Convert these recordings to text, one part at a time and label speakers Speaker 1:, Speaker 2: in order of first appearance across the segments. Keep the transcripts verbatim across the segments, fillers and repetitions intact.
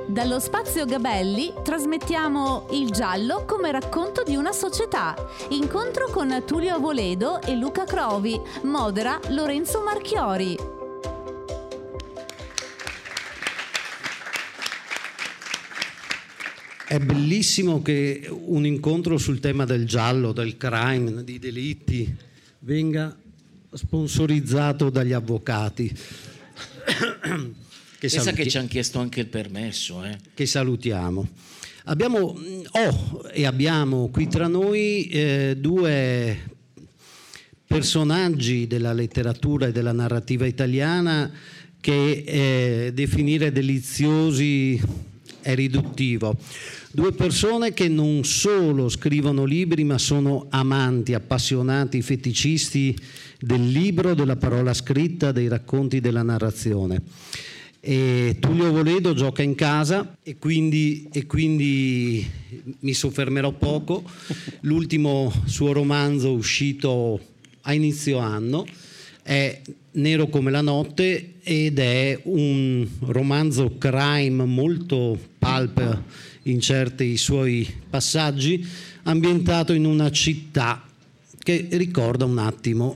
Speaker 1: Dallo Spazio Gabelli trasmettiamo Il Giallo come racconto di una società. Incontro con Tullio Avoledo e Luca Crovi. Modera Lorenzo Marchiori.
Speaker 2: È bellissimo che un incontro sul tema del giallo, del crime, dei delitti, venga sponsorizzato dagli avvocati.
Speaker 3: Che Pensa saluti- che ci hanno chiesto anche il permesso. Eh.
Speaker 2: Che salutiamo. Abbiamo, oh, e abbiamo qui tra noi eh, due personaggi della letteratura e della narrativa italiana che eh, definire deliziosi è riduttivo. Due persone che non solo scrivono libri, ma sono amanti, appassionati, feticisti del libro, della parola scritta, dei racconti, della narrazione. E Tullio Avoledo gioca in casa e quindi, e quindi mi soffermerò poco. L'ultimo suo romanzo uscito a inizio anno è Nero come la notte ed è un romanzo crime molto pulp in certi suoi passaggi, ambientato in una città che ricorda un attimo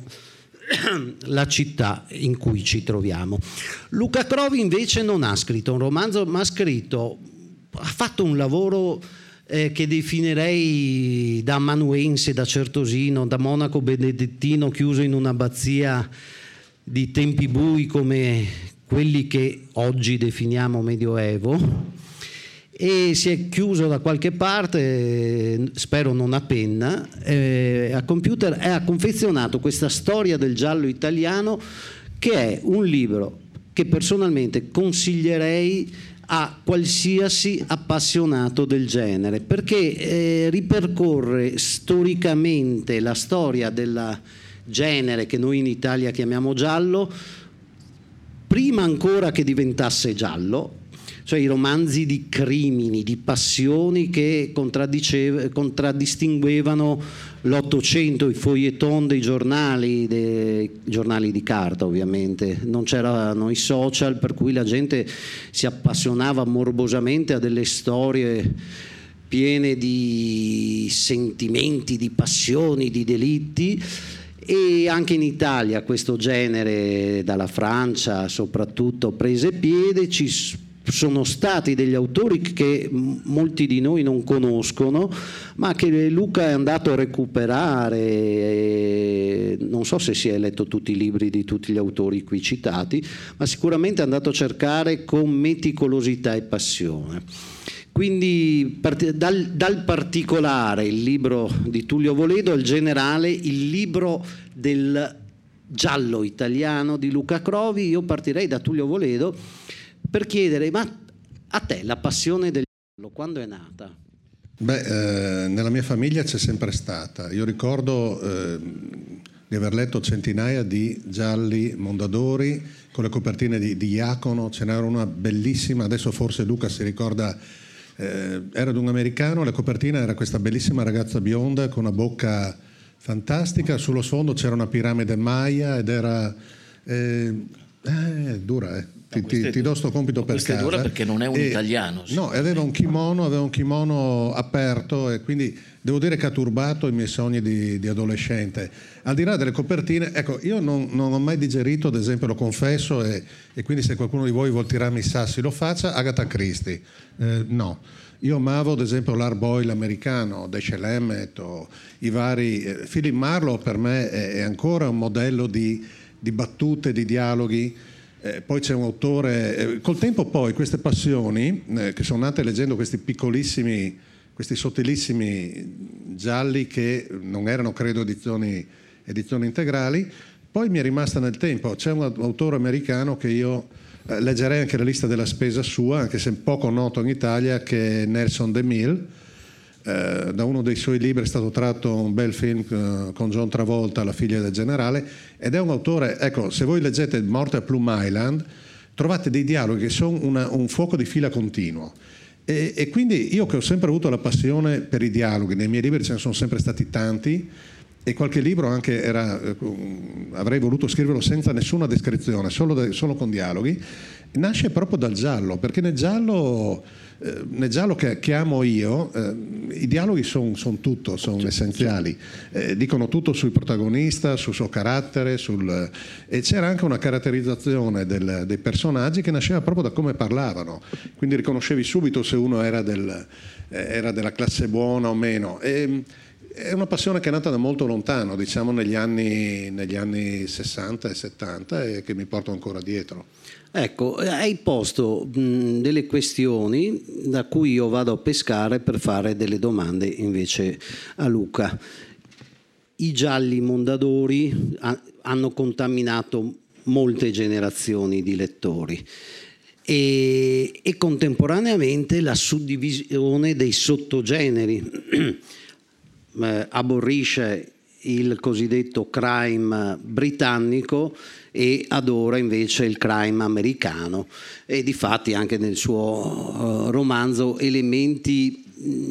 Speaker 2: la città in cui ci troviamo. Luca Crovi invece non ha scritto un romanzo, ma ha scritto, ha fatto un lavoro eh, che definirei da amanuense, da certosino, da monaco benedettino chiuso in un'abbazia di tempi bui come quelli che oggi definiamo medioevo, e si è chiuso da qualche parte, spero non a penna, eh, a computer, e ha confezionato questa storia del giallo italiano, che è un libro che personalmente consiglierei a qualsiasi appassionato del genere, perché eh, ripercorre storicamente la storia del genere che noi in Italia chiamiamo giallo, prima ancora che diventasse giallo, cioè i romanzi di crimini, di passioni che contraddistinguevano l'Ottocento, i feuilleton dei giornali, dei giornali di carta ovviamente. Non c'erano i social, per cui la gente si appassionava morbosamente a delle storie piene di sentimenti, di passioni, di delitti. E anche in Italia questo genere, dalla Francia soprattutto, prese piede. Ci sono stati degli autori che molti di noi non conoscono, ma che Luca è andato a recuperare. Non so se si è letto tutti i libri di tutti gli autori qui citati, ma sicuramente è andato a cercare con meticolosità e passione. Quindi dal, dal particolare il libro di Tullio Avoledo, al generale il libro del giallo italiano di Luca Crovi. Io partirei da Tullio Avoledo per chiedere, ma a te la passione del giallo quando è nata?
Speaker 4: Beh, eh, nella mia famiglia c'è sempre stata. Io ricordo eh, di aver letto centinaia di gialli Mondadori con le copertine di, di Iacono. Ce n'era una bellissima, adesso forse Luca si ricorda, eh, era di un americano, la copertina era questa bellissima ragazza bionda con una bocca fantastica, sullo sfondo c'era una piramide Maya ed era eh, eh, dura eh. Ti, no, ti, ti do sto compito per casa.
Speaker 3: Questa è dura perché non è un
Speaker 4: e,
Speaker 3: italiano. Sì.
Speaker 4: No, aveva un kimono, aveva un kimono aperto e quindi devo dire che ha turbato i miei sogni di, di adolescente. Al di là delle copertine, ecco, io non, non ho mai digerito, ad esempio, lo confesso, e, e quindi se qualcuno di voi vuol tirarmi i sassi lo faccia, Agatha Christie. Eh, no. Io amavo, ad esempio, l'hard boiled americano, Dashiell Hammett o i vari... Eh, Philip Marlowe per me è, è ancora un modello di, di battute, di dialoghi. Eh, poi c'è un autore, eh, col tempo poi queste passioni eh, che sono nate leggendo questi piccolissimi, questi sottilissimi gialli che non erano credo edizioni, edizioni integrali, poi mi è rimasta nel tempo. C'è un autore americano che io eh, leggerei anche la lista della spesa sua, anche se poco noto in Italia, che è Nelson DeMille. Eh, da uno dei suoi libri è stato tratto un bel film eh, con John Travolta, La figlia del generale, ed è un autore, ecco, se voi leggete Morte a Plum Island trovate dei dialoghi che sono una, un fuoco di fila continuo, e, e quindi io che ho sempre avuto la passione per i dialoghi, nei miei libri ce ne sono sempre stati tanti, e qualche libro anche era, eh, avrei voluto scriverlo senza nessuna descrizione, solo, de, solo con dialoghi, nasce proprio dal giallo, perché nel giallo, eh, nel giallo che, che amo io, eh, i dialoghi sono son tutto, sono essenziali, eh, dicono tutto sul protagonista, sul suo carattere, sul, e c'era anche una caratterizzazione del, dei personaggi che nasceva proprio da come parlavano, quindi riconoscevi subito se uno era, del, eh, era della classe buona o meno. E, è una passione che è nata da molto lontano, diciamo negli anni, negli anni sessanta e settanta, e che mi porto ancora dietro.
Speaker 2: Ecco, hai posto mh, delle questioni da cui io vado a pescare per fare delle domande invece a Luca. I gialli Mondadori ha, hanno contaminato molte generazioni di lettori. E, e contemporaneamente la suddivisione dei sottogeneri. Eh, aborrisce il cosiddetto crime britannico e adora invece il crime americano, e difatti anche nel suo uh, romanzo elementi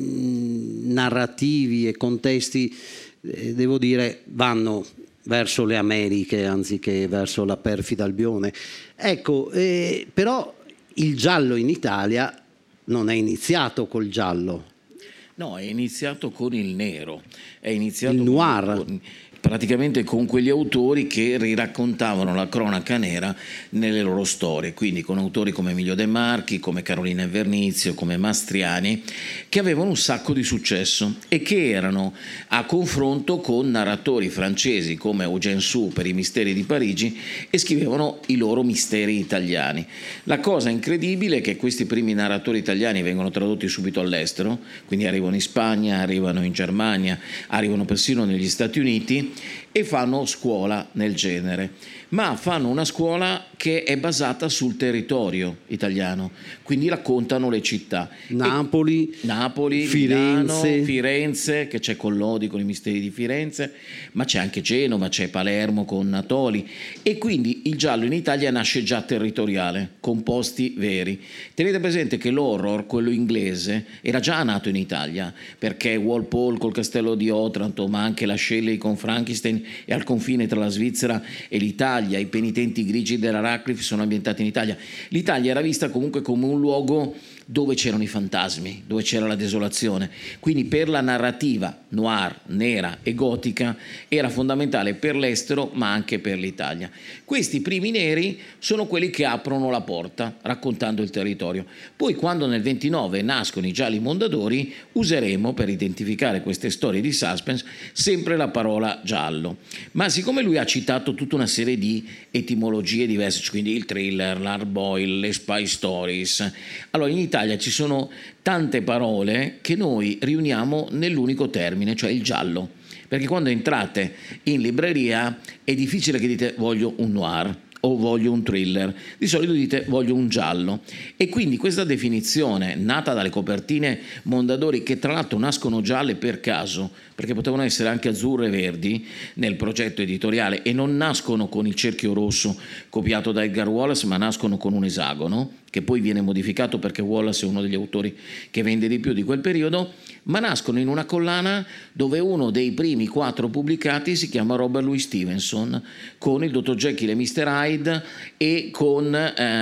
Speaker 2: mh, narrativi e contesti eh, devo dire vanno verso le Americhe anziché verso la perfida Albione. Ecco, eh, però il giallo in Italia non è iniziato col giallo.
Speaker 3: No, è iniziato con il nero, è iniziato
Speaker 2: il noir.
Speaker 3: Con, praticamente con quegli autori che riraccontavano la cronaca nera nelle loro storie, quindi con autori come Emilio De Marchi, come Carolina Invernizio, come Mastriani, che avevano un sacco di successo e che erano a confronto con narratori francesi come Eugène Sue per I misteri di Parigi e scrivevano i loro misteri italiani. La cosa incredibile è che questi primi narratori italiani vengono tradotti subito all'estero, quindi arrivano in Spagna, arrivano in Germania, arrivano persino negli Stati Uniti e fanno scuola nel genere, ma fanno una scuola che è basata sul territorio italiano, quindi raccontano le città.
Speaker 2: Napoli,
Speaker 3: e, Napoli
Speaker 2: Firenze.
Speaker 3: Milano, Firenze, che c'è Collodi con I misteri di Firenze, ma c'è anche Genova, c'è Palermo con Natoli, e quindi il giallo in Italia nasce già territoriale, con posti veri. Tenete presente che l'horror, quello inglese, era già nato in Italia, perché Walpole col castello di Otranto, ma anche la Shelley con Frankenstein, e al confine tra la Svizzera e l'Italia, I penitenti grigi della Radcliffe sono ambientati in Italia. L'Italia era vista comunque come un luogo dove c'erano i fantasmi, dove c'era la desolazione, quindi per la narrativa noir, nera e gotica era fondamentale per l'estero ma anche per l'Italia. Questi primi neri sono quelli che aprono la porta raccontando il territorio. Poi quando nel ventinove nascono i gialli Mondadori useremo per identificare queste storie di suspense sempre la parola giallo, ma siccome lui ha citato tutta una serie di etimologie diverse, quindi il thriller, l'hard boil, le spy stories, allora in Italia ci sono tante parole che noi riuniamo nell'unico termine, cioè il giallo, perché quando entrate in libreria è difficile che dite voglio un noir o voglio un thriller, di solito dite voglio un giallo, e quindi questa definizione nata dalle copertine Mondadori, che tra l'altro nascono gialle per caso perché potevano essere anche azzurre e verdi nel progetto editoriale e non nascono con il cerchio rosso copiato da Edgar Wallace, ma nascono con un esagono che poi viene modificato perché Wallace è uno degli autori che vende di più di quel periodo, ma nascono in una collana dove uno dei primi quattro pubblicati si chiama Robert Louis Stevenson, con il dottor Jekyll e mister Hyde e con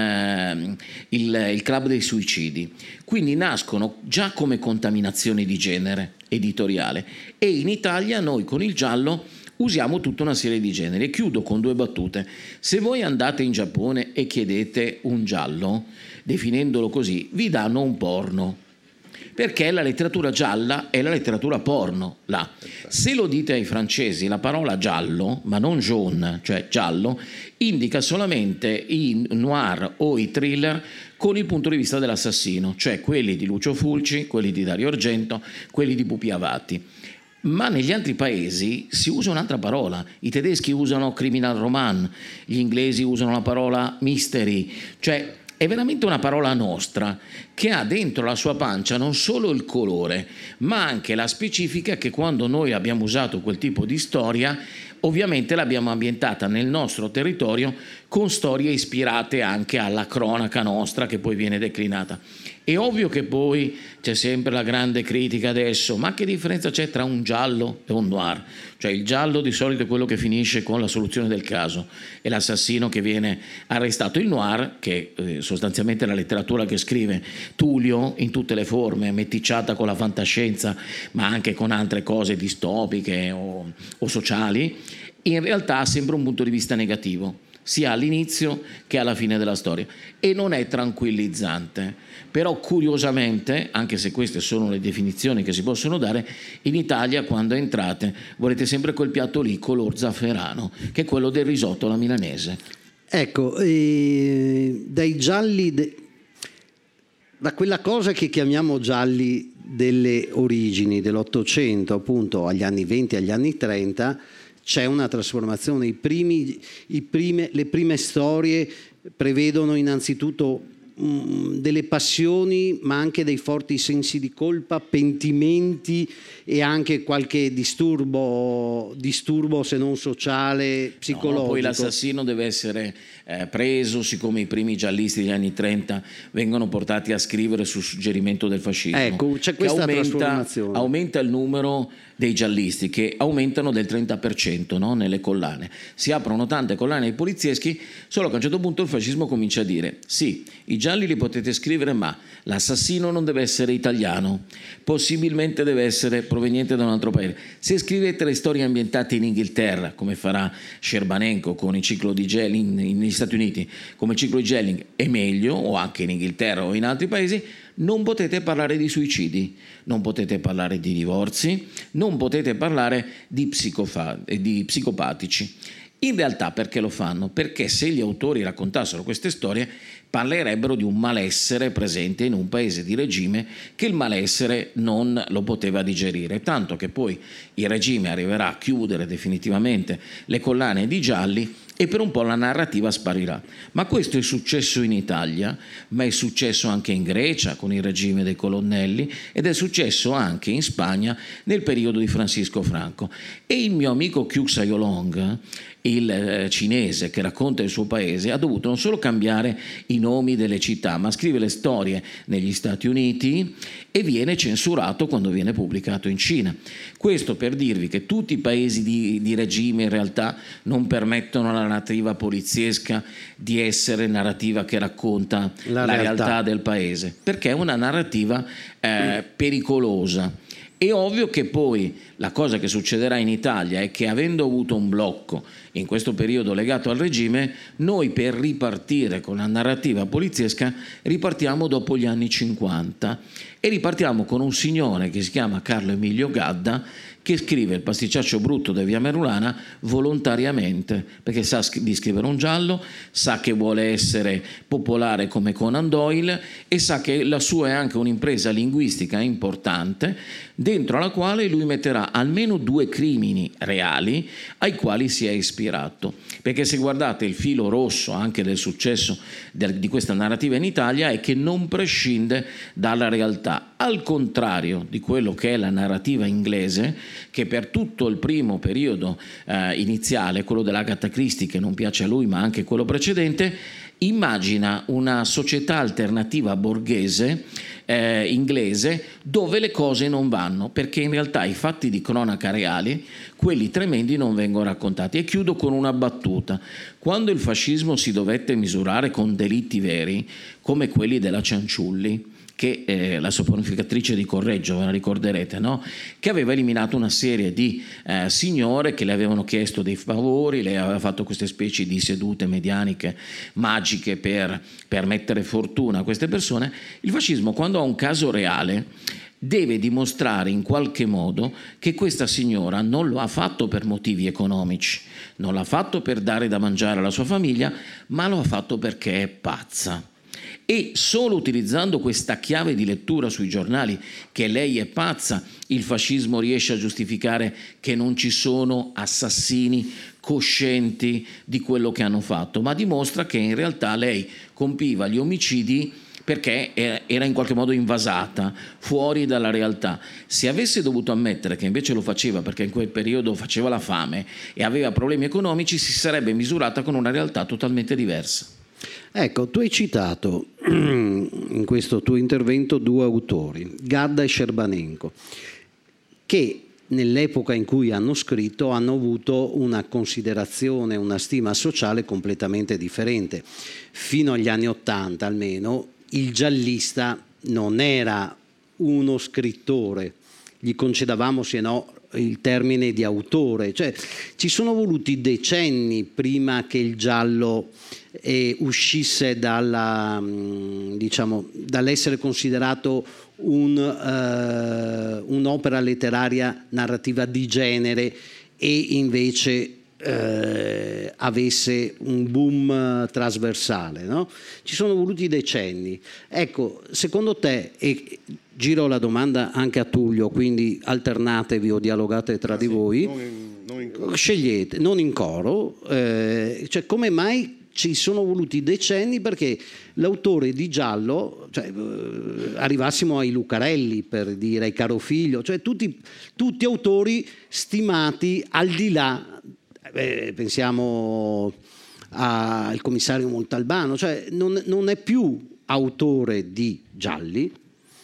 Speaker 3: eh, il, il Club dei Suicidi. Quindi nascono già come contaminazioni di genere editoriale, e in Italia noi con il giallo usiamo tutta una serie di generi. E chiudo con due battute. Se voi andate in Giappone e chiedete un giallo, definendolo così, vi danno un porno, perché la letteratura gialla è la letteratura porno là. Se lo dite ai francesi, la parola giallo, ma non jaune, cioè giallo, indica solamente i noir o i thriller con il punto di vista dell'assassino, cioè quelli di Lucio Fulci, quelli di Dario Argento, quelli di Pupi Avati. Ma negli altri paesi si usa un'altra parola. I tedeschi usano criminal roman, gli inglesi usano la parola mystery, cioè è veramente una parola nostra che ha dentro la sua pancia non solo il colore, ma anche la specifica che quando noi abbiamo usato quel tipo di storia, ovviamente l'abbiamo ambientata nel nostro territorio con storie ispirate anche alla cronaca nostra che poi viene declinata. È ovvio che poi c'è sempre la grande critica adesso, ma che differenza c'è tra un giallo e un noir? Cioè il giallo di solito è quello che finisce con la soluzione del caso e l'assassino che viene arrestato. Il noir, che eh, sostanzialmente è la letteratura che scrive Tullio in tutte le forme, meticciata con la fantascienza ma anche con altre cose distopiche o, o sociali, in realtà ha sempre un punto di vista negativo, sia all'inizio che alla fine della storia, e non è tranquillizzante. Però curiosamente, anche se queste sono le definizioni che si possono dare, in Italia quando entrate volete sempre quel piatto lì color zafferano, che è quello del risotto alla milanese.
Speaker 2: Ecco, eh, dai gialli, de... da quella cosa che chiamiamo gialli delle origini dell'Ottocento, appunto agli anni venti, agli anni trenta, c'è una trasformazione. I primi, i prime, le prime storie prevedono innanzitutto mh, delle passioni, ma anche dei forti sensi di colpa, pentimenti e anche qualche disturbo, disturbo se non sociale, psicologico.
Speaker 3: No, poi l'assassino deve essere eh, preso, siccome i primi giallisti degli anni trenta vengono portati a scrivere su suggerimento del fascismo.
Speaker 2: Ecco, c'è questa
Speaker 3: aumenta,
Speaker 2: trasformazione.
Speaker 3: Aumenta il numero dei giallisti, che aumentano del trenta per cento, no? Nelle collane. Si aprono tante collane ai polizieschi, solo che a un certo punto il fascismo comincia a dire sì, i gialli li potete scrivere, ma l'assassino non deve essere italiano, possibilmente deve essere proveniente da un altro paese. Se scrivete le storie ambientate in Inghilterra, come farà Scerbanenko con il ciclo di Jelling negli Stati Uniti, come il ciclo di Jelling, è meglio, o anche in Inghilterra o in altri paesi, non potete parlare di suicidi, non potete parlare di divorzi, non potete parlare di, psicofa- di psicopatici. In realtà perché lo fanno? Perché se gli autori raccontassero queste storie parlerebbero di un malessere presente in un paese di regime che il malessere non lo poteva digerire, tanto che poi il regime arriverà a chiudere definitivamente le collane di gialli e per un po' la narrativa sparirà. Ma questo è successo in Italia, ma è successo anche in Grecia con il regime dei colonnelli ed è successo anche in Spagna nel periodo di Francisco Franco. E il mio amico Qiu Xiaolong, il eh, cinese che racconta il suo paese, ha dovuto non solo cambiare i nomi delle città, ma scrive le storie negli Stati Uniti e viene censurato quando viene pubblicato in Cina. Questo per dirvi che tutti i paesi di, di regime in realtà non permettono alla narrativa poliziesca di essere narrativa che racconta la, la realtà. realtà del paese, perché è una narrativa eh, pericolosa. È ovvio che poi la cosa che succederà in Italia è che, avendo avuto un blocco in questo periodo legato al regime, noi per ripartire con la narrativa poliziesca ripartiamo dopo gli anni cinquanta e ripartiamo con un signore che si chiama Carlo Emilio Gadda, che scrive il pasticciaccio brutto di Via Merulana volontariamente, perché sa di scrivere un giallo, sa che vuole essere popolare come Conan Doyle e sa che la sua è anche un'impresa linguistica importante, dentro alla quale lui metterà almeno due crimini reali ai quali si è ispirato. Perché se guardate il filo rosso anche del successo del, di questa narrativa in Italia è che non prescinde dalla realtà, al contrario di quello che è la narrativa inglese, che per tutto il primo periodo eh, iniziale, quello dell'Agatha Christie, che non piace a lui ma anche quello precedente, immagina una società alternativa borghese eh, inglese dove le cose non vanno, perché in realtà i fatti di cronaca reali, quelli tremendi, non vengono raccontati. E chiudo con una battuta. Quando il fascismo si dovette misurare con delitti veri come quelli della Cianciulli, che eh, la soponificatrice di Correggio, ve la ricorderete, no? Che aveva eliminato una serie di eh, signore che le avevano chiesto dei favori, lei aveva fatto queste specie di sedute medianiche magiche per, per mettere fortuna a queste persone. Il fascismo, quando ha un caso reale, deve dimostrare in qualche modo che questa signora non lo ha fatto per motivi economici, non l'ha fatto per dare da mangiare alla sua famiglia, ma lo ha fatto perché è pazza. E solo utilizzando questa chiave di lettura sui giornali, che lei è pazza, il fascismo riesce a giustificare che non ci sono assassini coscienti di quello che hanno fatto, ma dimostra che in realtà lei compiva gli omicidi perché era in qualche modo invasata, fuori dalla realtà. Se avesse dovuto ammettere che invece lo faceva perché in quel periodo faceva la fame e aveva problemi economici, si sarebbe misurata con una realtà totalmente diversa.
Speaker 2: Ecco, tu hai citato in questo tuo intervento due autori, Gadda e Scerbanenko, che nell'epoca in cui hanno scritto hanno avuto una considerazione, una stima sociale completamente differente. Fino agli anni Ottanta almeno il giallista non era uno scrittore, gli concedavamo se no il termine di autore, cioè ci sono voluti decenni prima che il giallo eh, uscisse dalla, diciamo, dall'essere considerato un, uh, un'opera letteraria narrativa di genere e invece eh, avesse un boom trasversale, no? Ci sono voluti decenni. Ecco, secondo te, e giro la domanda anche a Tullio, quindi alternatevi o dialogate tra ah, di sì, voi,
Speaker 4: non in, non in coro.
Speaker 2: Scegliete, non in coro, eh, cioè come mai ci sono voluti decenni perché l'autore di giallo, cioè, eh, arrivassimo ai Lucarelli, per dire, ai Carofiglio, cioè tutti, tutti autori stimati al di là, eh, pensiamo a, al commissario Montalbano, cioè non, non è più autore di gialli,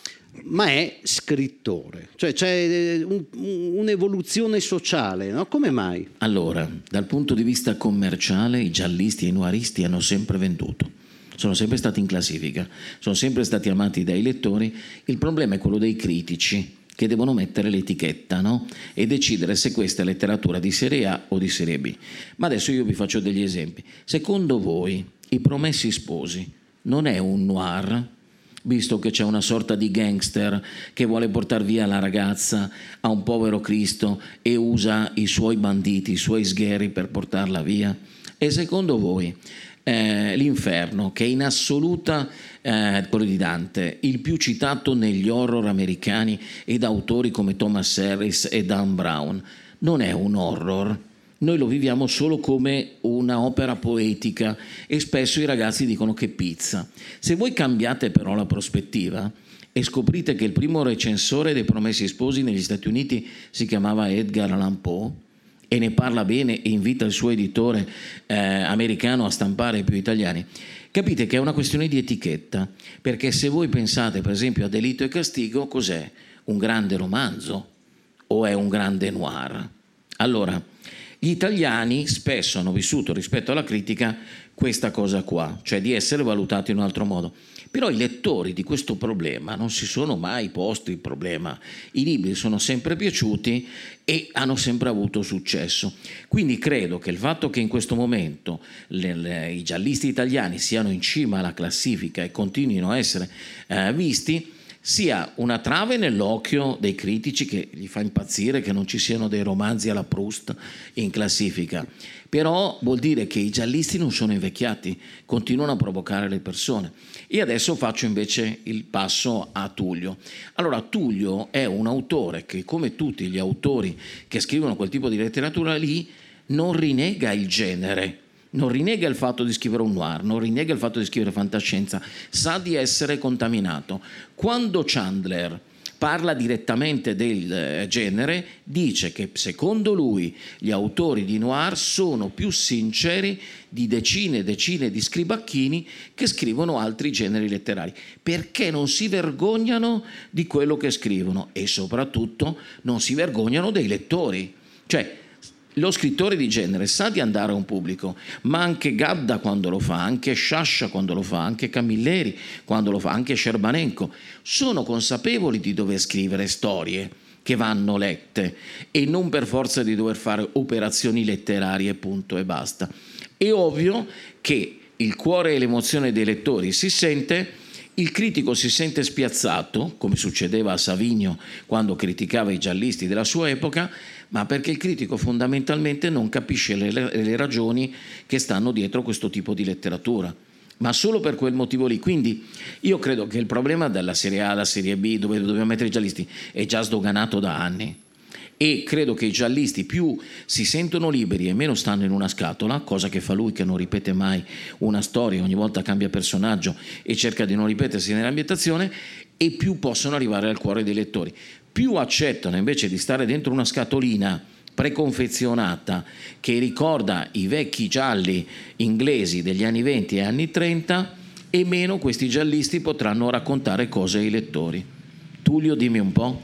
Speaker 2: ma è scrittore, cioè c'è un, un'evoluzione sociale, no? Come mai?
Speaker 3: Allora, dal punto di vista commerciale i giallisti e i noiristi hanno sempre venduto, sono sempre stati in classifica, sono sempre stati amati dai lettori. Il problema è quello dei critici che devono mettere l'etichetta, no? E decidere se questa è letteratura di serie A o di serie B. Ma adesso io vi faccio degli esempi. Secondo voi I Promessi Sposi non è un noir? Visto che c'è una sorta di gangster che vuole portare via la ragazza a un povero Cristo e usa i suoi banditi, i suoi sgherri per portarla via? E secondo voi eh, l'Inferno, che è in assoluta, eh, quello di Dante, il più citato negli horror americani e da autori come Thomas Harris e Dan Brown, non è un horror? Noi lo viviamo solo come una opera poetica e spesso i ragazzi dicono che pizza. Se voi cambiate però la prospettiva e scoprite che il primo recensore dei Promessi Sposi negli Stati Uniti si chiamava Edgar Allan Poe e ne parla bene e invita il suo editore eh, americano a stampare più italiani, capite che è una questione di etichetta, perché se voi pensate per esempio a Delitto e Castigo, cos'è? Un grande romanzo o è un grande noir? Allora, gli italiani spesso hanno vissuto rispetto alla critica questa cosa qua, cioè di essere valutati in un altro modo. Però i lettori di questo problema non si sono mai posti il problema. I libri sono sempre piaciuti e hanno sempre avuto successo. Quindi credo che il fatto che in questo momento le, le, i giallisti italiani siano in cima alla classifica e continuino a essere eh, visti sia una trave nell'occhio dei critici, che gli fa impazzire che non ci siano dei romanzi alla Proust in classifica, però vuol dire che i giallisti non sono invecchiati, continuano a provocare le persone. E adesso faccio invece il passo a Tullio. Allora, Tullio è un autore che, come tutti gli autori che scrivono quel tipo di letteratura lì, non rinega il genere, non rinega il fatto di scrivere un noir, non rinega il fatto di scrivere fantascienza, sa di essere contaminato. Quando Chandler parla direttamente del genere, dice che secondo lui gli autori di noir sono più sinceri di decine e decine di scribacchini che scrivono altri generi letterari, perché non si vergognano di quello che scrivono e soprattutto non si vergognano dei lettori. Cioè, lo scrittore di genere sa di andare a un pubblico, ma anche Gadda quando lo fa, anche Sciascia quando lo fa, anche Camilleri quando lo fa, anche Scerbanenko, sono consapevoli di dover scrivere storie che vanno lette e non per forza di dover fare operazioni letterarie, punto e basta. È ovvio che il cuore e l'emozione dei lettori si sente, il critico si sente spiazzato, come succedeva a Savigno quando criticava i giallisti della sua epoca, ma perché il critico fondamentalmente non capisce le, le ragioni che stanno dietro questo tipo di letteratura, ma solo per quel motivo lì. Quindi io credo che il problema della serie A alla serie B, dove dobbiamo mettere i giallisti, è già sdoganato da anni, e credo che i giallisti più si sentono liberi e meno stanno in una scatola, cosa che fa lui, che non ripete mai una storia, ogni volta cambia personaggio e cerca di non ripetersi nell'ambientazione, e più possono arrivare al cuore dei lettori. Più accettano invece di stare dentro una scatolina preconfezionata che ricorda i vecchi gialli inglesi degli anni venti e anni trenta, e meno questi giallisti potranno raccontare cose ai lettori. Tullio, dimmi un po'.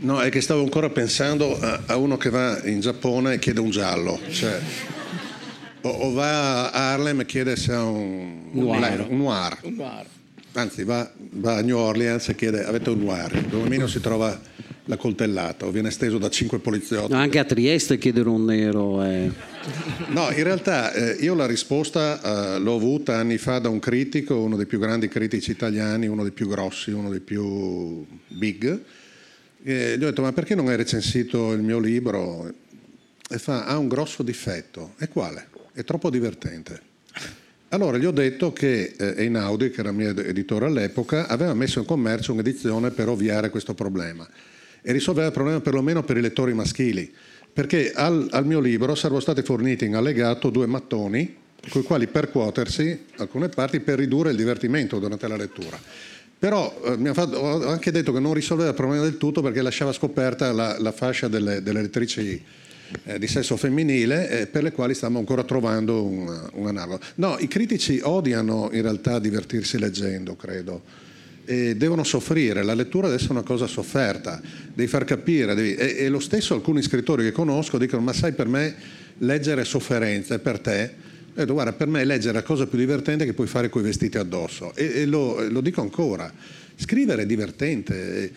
Speaker 4: No, è che stavo ancora pensando a, a uno che va in Giappone e chiede un giallo, cioè, o, o va a Harlem e chiede se ha un noir. Un noir.
Speaker 3: Un noir.
Speaker 4: Anzi, va, va a New Orleans e chiede avete un noir, dove almeno si trova la coltellata o viene steso da cinque poliziotti.
Speaker 2: No, anche a Trieste chiedere un nero è...
Speaker 4: No, in realtà eh, io la risposta eh, l'ho avuta anni fa da un critico, uno dei più grandi critici italiani, uno dei più grossi, uno dei più big. E gli ho detto ma perché non hai recensito il mio libro? E fa ha un grosso difetto. E quale? È troppo divertente. Allora gli ho detto che eh, Einaudi, che era il mio editore all'epoca, aveva messo in commercio un'edizione per ovviare questo problema e risolvere il problema perlomeno per i lettori maschili, perché al, al mio libro sarebbero stati forniti in allegato due mattoni con i quali percuotersi alcune parti per ridurre il divertimento durante la lettura. Però eh, mi ha fatto, ho anche detto che non risolveva il problema del tutto perché lasciava scoperta la, la fascia delle, delle lettrici eh, di sesso femminile eh, per le quali stiamo ancora trovando un, un analogo. No, i critici odiano in realtà divertirsi leggendo, credo, e devono soffrire. La lettura deve essere una cosa sofferta, devi far capire, devi, e, e lo stesso alcuni scrittori che conosco dicono ma sai per me leggere è sofferenza e per te? Ho detto, guarda, per me leggere è la cosa più divertente che puoi fare coi vestiti addosso e, e lo, lo dico ancora, scrivere è divertente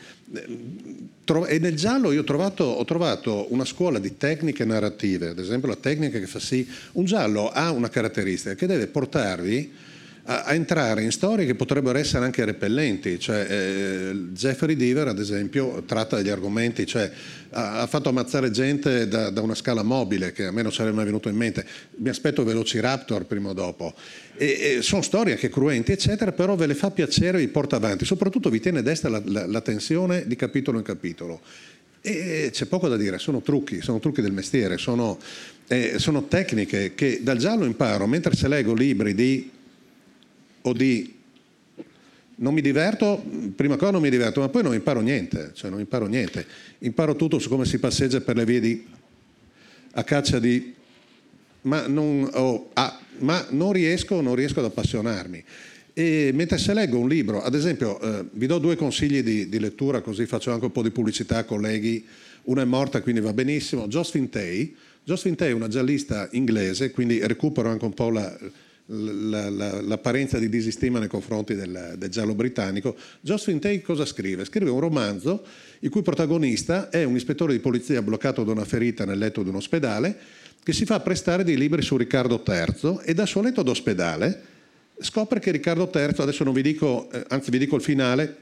Speaker 4: e nel giallo io ho trovato, ho trovato una scuola di tecniche narrative, ad esempio la tecnica che fa sì, un giallo ha una caratteristica che deve portarvi a, a entrare in storie che potrebbero essere anche repellenti, cioè eh, Jeffrey Deaver ad esempio tratta degli argomenti, cioè ha, ha fatto ammazzare gente da, da una scala mobile che a me non sarebbe mai venuto in mente, mi aspetto Velociraptor prima o dopo e, e sono storie anche cruenti eccetera, però ve le fa piacere, vi porta avanti, soprattutto vi tiene destra la, la, la tensione di capitolo in capitolo e c'è poco da dire, sono trucchi, sono trucchi del mestiere, sono, eh, sono tecniche che dal giallo imparo, mentre se leggo libri di o di non mi diverto, prima cosa non mi diverto, ma poi non imparo niente, cioè non imparo niente. Imparo tutto su come si passeggia per le vie di, a caccia di, ma non, oh, ah, ma non riesco, non riesco ad appassionarmi. E mentre se leggo un libro, ad esempio, eh, vi do due consigli di, di lettura, così faccio anche un po' di pubblicità a colleghi. Una è morta, quindi va benissimo. Josephine Tay. Josephine Tay è una giallista inglese, quindi recupero anche un po' la... La, la, l'apparenza di disistima nei confronti del, del giallo britannico. Josephine Tay cosa scrive? Scrive un romanzo il cui protagonista è un ispettore di polizia bloccato da una ferita nel letto di un ospedale che si fa prestare dei libri su Riccardo terzo e dal suo letto d'ospedale scopre che Riccardo terzo, adesso non vi dico, eh, anzi vi dico il finale,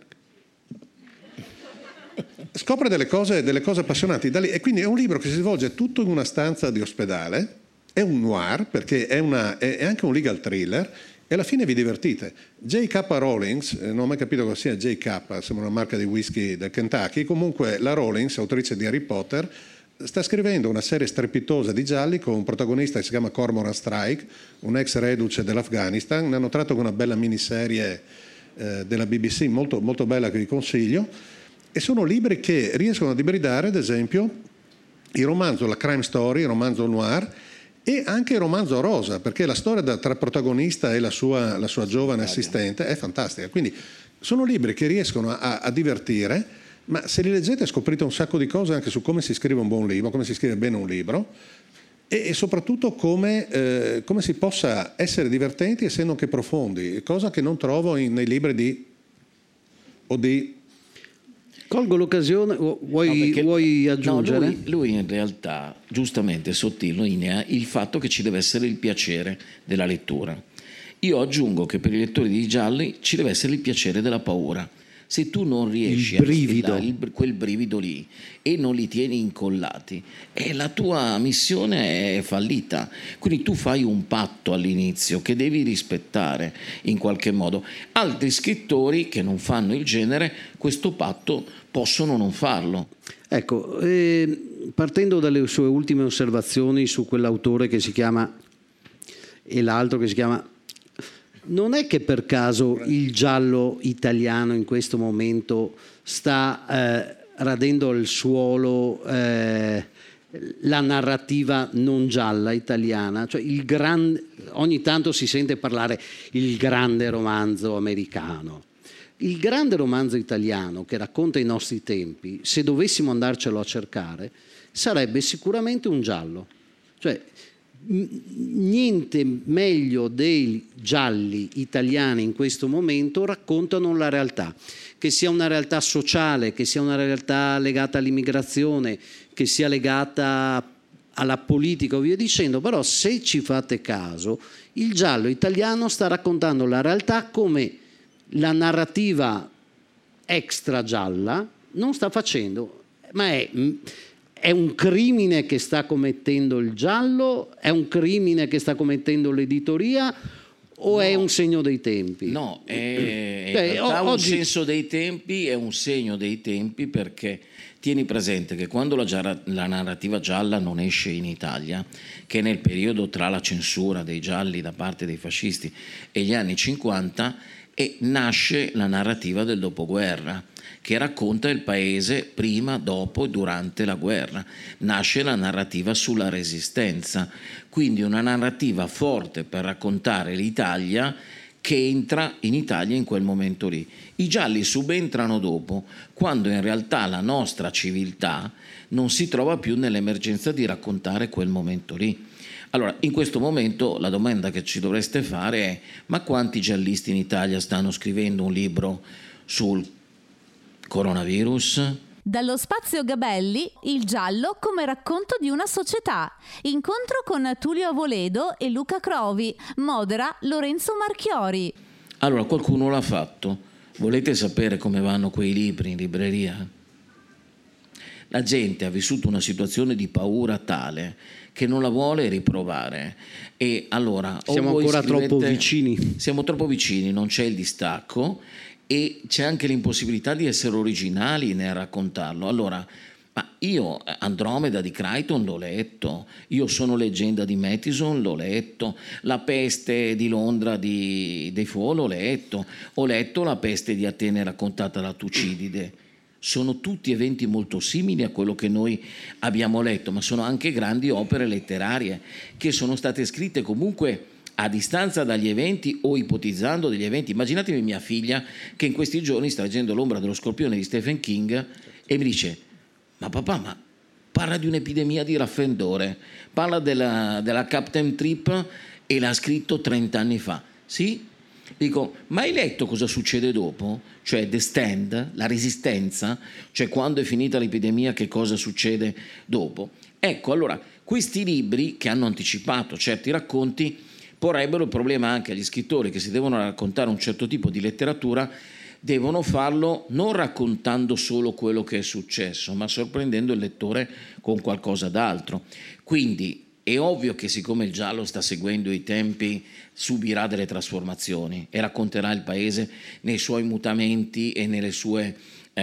Speaker 4: scopre delle cose, delle cose appassionanti da lì, e quindi è un libro che si svolge tutto in una stanza di ospedale. È un noir perché è, una, è anche un legal thriller e alla fine vi divertite. J K. Rowling, non ho mai capito cosa sia J K, sembra una marca di whisky del Kentucky, comunque la Rowling, autrice di Harry Potter, sta scrivendo una serie strepitosa di gialli con un protagonista che si chiama Cormoran Strike, un ex reduce dell'Afghanistan. Ne hanno tratto con una bella miniserie eh, della B B C, molto, molto bella, che vi consiglio, e sono libri che riescono ad ibridare, ad esempio, il romanzo, la crime story, il romanzo noir, e anche il romanzo rosa, perché la storia tra il protagonista e la sua, la sua giovane assistente è fantastica. Quindi sono libri che riescono a, a divertire, ma se li leggete scoprite un sacco di cose anche su come si scrive un buon libro, come si scrive bene un libro e, e soprattutto come, eh, come si possa essere divertenti essendo anche profondi, cosa che non trovo in, nei libri di o di...
Speaker 2: Colgo l'occasione, vuoi, no, perché, vuoi aggiungere?
Speaker 3: No, lui, lui in realtà giustamente sottolinea il fatto che ci deve essere il piacere della lettura. Io aggiungo che per i lettori di gialli ci deve essere il piacere della paura. Se tu non riesci a instillare quel brivido lì e non li tieni incollati, eh, la tua missione è fallita. Quindi tu fai un patto all'inizio che devi rispettare in qualche modo. Altri scrittori che non fanno il genere, questo patto possono non farlo.
Speaker 2: Ecco, eh, partendo dalle sue ultime osservazioni su quell'autore che si chiama e l'altro che si chiama... Non è che per caso il giallo italiano in questo momento sta eh, radendo al suolo eh, la narrativa non gialla italiana? Cioè il gran, ogni tanto si sente parlare il grande romanzo americano, Il grande romanzo italiano che racconta i nostri tempi, se dovessimo andarcelo a cercare, sarebbe sicuramente un giallo. Cioè, niente meglio dei gialli italiani in questo momento raccontano la realtà, che sia una realtà sociale, che sia una realtà legata all'immigrazione, che sia legata alla politica o via dicendo, però se ci fate caso il giallo italiano sta raccontando la realtà come la narrativa extra gialla non sta facendo, ma è, è un crimine che sta commettendo il giallo, è un crimine che sta commettendo l'editoria o no, è un segno dei tempi?
Speaker 3: No, è in
Speaker 2: Beh,
Speaker 3: realtà
Speaker 2: oggi...
Speaker 3: un senso dei tempi, è un segno dei tempi, perché tieni presente che quando la, giara, la narrativa gialla non esce in Italia, che nel periodo tra la censura dei gialli da parte dei fascisti e gli anni cinquanta, e nasce la narrativa del dopoguerra, che racconta il paese prima, dopo e durante la guerra. Nasce la narrativa sulla resistenza, quindi una narrativa forte per raccontare l'Italia che entra in Italia in quel momento lì. I gialli subentrano dopo, quando in realtà la nostra civiltà non si trova più nell'emergenza di raccontare quel momento lì. Allora, in questo momento la domanda che ci dovreste fare è: ma quanti giallisti in Italia stanno scrivendo un libro sul coronavirus?
Speaker 1: Dallo Spazio Gabelli, il giallo come racconto di una società. Incontro con Tullio Avoledo e Luca Crovi. Modera Lorenzo Marchiori.
Speaker 3: Allora, qualcuno l'ha fatto. Volete sapere come vanno quei libri in libreria? La gente ha vissuto una situazione di paura tale che non la vuole riprovare, e allora
Speaker 2: siamo
Speaker 3: o voi
Speaker 2: ancora
Speaker 3: scrivete,
Speaker 2: troppo vicini.
Speaker 3: Siamo troppo vicini, non c'è il distacco e c'è anche l'impossibilità di essere originali nel raccontarlo. Allora, ma io Andromeda di Crichton l'ho letto, io Sono leggenda di Matheson l'ho letto, La peste di Londra di Defoe l'ho letto, ho letto La peste di Atene raccontata da Tucidide. Sono tutti eventi molto simili a quello che noi abbiamo letto, ma sono anche grandi opere letterarie che sono state scritte comunque a distanza dagli eventi o ipotizzando degli eventi. Immaginatevi mia figlia che in questi giorni sta leggendo L'ombra dello scorpione di Stephen King e mi dice: ma papà, ma parla di un'epidemia di raffreddore, parla della, della Captain Trip e l'ha scritto trent'anni fa. Sì? Dico, ma hai letto cosa succede dopo? Cioè The Stand, la resistenza, cioè quando è finita l'epidemia che cosa succede dopo? Ecco, allora, questi libri che hanno anticipato certi racconti porrebbero il problema anche agli scrittori che si devono raccontare un certo tipo di letteratura, devono farlo non raccontando solo quello che è successo, ma sorprendendo il lettore con qualcosa d'altro. Quindi è ovvio che siccome il giallo sta seguendo i tempi subirà delle trasformazioni e racconterà il paese nei suoi mutamenti e nelle sue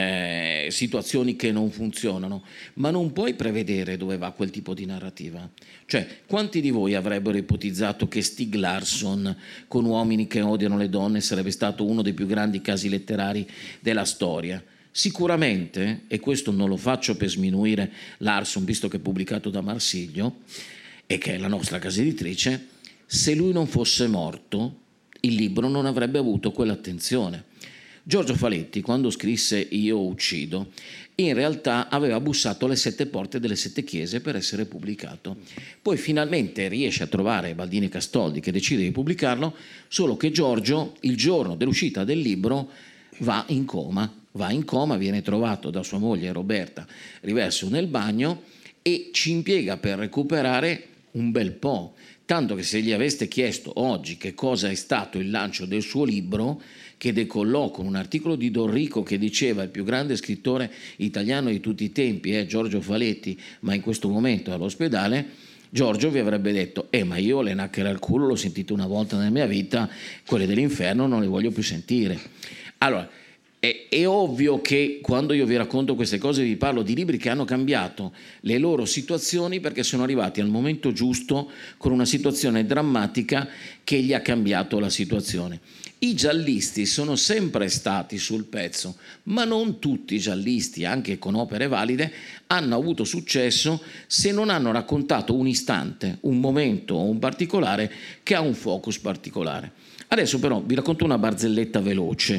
Speaker 3: eh, situazioni che non funzionano, ma non puoi prevedere dove va quel tipo di narrativa. Cioè, quanti di voi avrebbero ipotizzato che Stieg Larsson con Uomini che odiano le donne sarebbe stato uno dei più grandi casi letterari della storia? Sicuramente, e questo non lo faccio per sminuire Larsson, visto che è pubblicato da Marsilio e che è la nostra casa editrice, se lui non fosse morto il libro non avrebbe avuto quell'attenzione. Giorgio Faletti, quando scrisse Io uccido, in realtà aveva bussato alle sette porte delle sette chiese per essere pubblicato. Poi finalmente riesce a trovare Baldini Castoldi che decide di pubblicarlo, solo che Giorgio, il giorno dell'uscita del libro, va in coma. Va in coma, viene trovato da sua moglie Roberta riverso nel bagno e ci impiega per recuperare un bel po', tanto che se gli aveste chiesto oggi che cosa è stato il lancio del suo libro, che decollò con un articolo di Don Rico che diceva il più grande scrittore italiano di tutti i tempi è Giorgio Faletti, ma in questo momento è all'ospedale, Giorgio vi avrebbe detto eh ma io le nacchere al culo l'ho sentito una volta nella mia vita, quelle dell'inferno non le voglio più sentire. Allora, È, è ovvio che quando io vi racconto queste cose vi parlo di libri che hanno cambiato le loro situazioni perché sono arrivati al momento giusto con una situazione drammatica che gli ha cambiato la situazione. I giallisti sono sempre stati sul pezzo, ma non tutti i giallisti, anche con opere valide, hanno avuto successo se non hanno raccontato un istante, un momento o un particolare che ha un focus particolare. Adesso però vi racconto una barzelletta veloce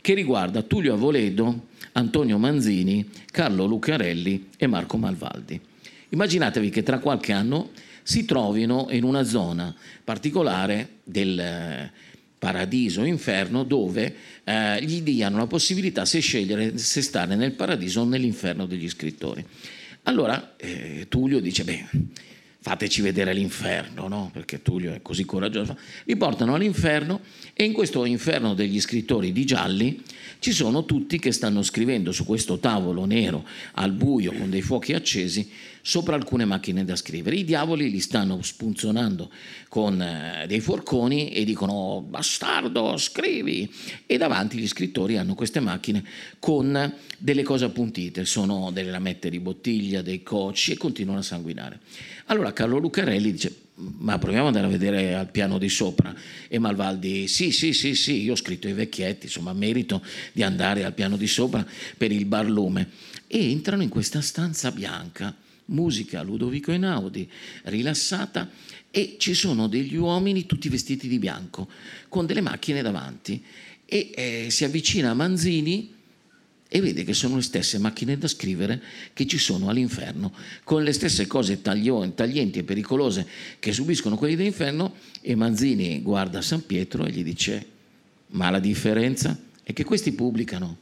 Speaker 3: che riguarda Tullio Avoledo, Antonio Manzini, Carlo Lucarelli e Marco Malvaldi. Immaginatevi che tra qualche anno si trovino in una zona particolare del paradiso inferno, dove eh, gli diano la possibilità se scegliere se stare nel paradiso o nell'inferno degli scrittori. Allora eh, Tullio dice: beh, fateci vedere l'inferno, no? Perché Tullio è così coraggioso. Li portano all'inferno, e in questo inferno degli scrittori di gialli ci sono tutti che stanno scrivendo su questo tavolo nero al buio con dei fuochi accesi sopra alcune macchine da scrivere. I diavoli li stanno spunzonando con eh, dei forconi e dicono: oh, bastardo, scrivi! E davanti gli scrittori hanno queste macchine con delle cose appuntite, sono delle lamette di bottiglia, dei cocci, e continuano a sanguinare. Allora Carlo Lucarelli dice: ma proviamo ad andare a vedere al piano di sopra. E Malvaldi: sì, sì, sì, sì, io ho scritto i vecchietti, insomma merito di andare al piano di sopra per il barlume. E entrano in questa stanza bianca, musica Ludovico Einaudi, rilassata, e ci sono degli uomini tutti vestiti di bianco con delle macchine davanti, e eh, si avvicina a Manzini e vede che sono le stesse macchine da scrivere che ci sono all'inferno, con le stesse cose taglio- taglienti e pericolose che subiscono quelli dell'inferno. E Manzini guarda San Pietro e gli dice: ma la differenza è che questi pubblicano.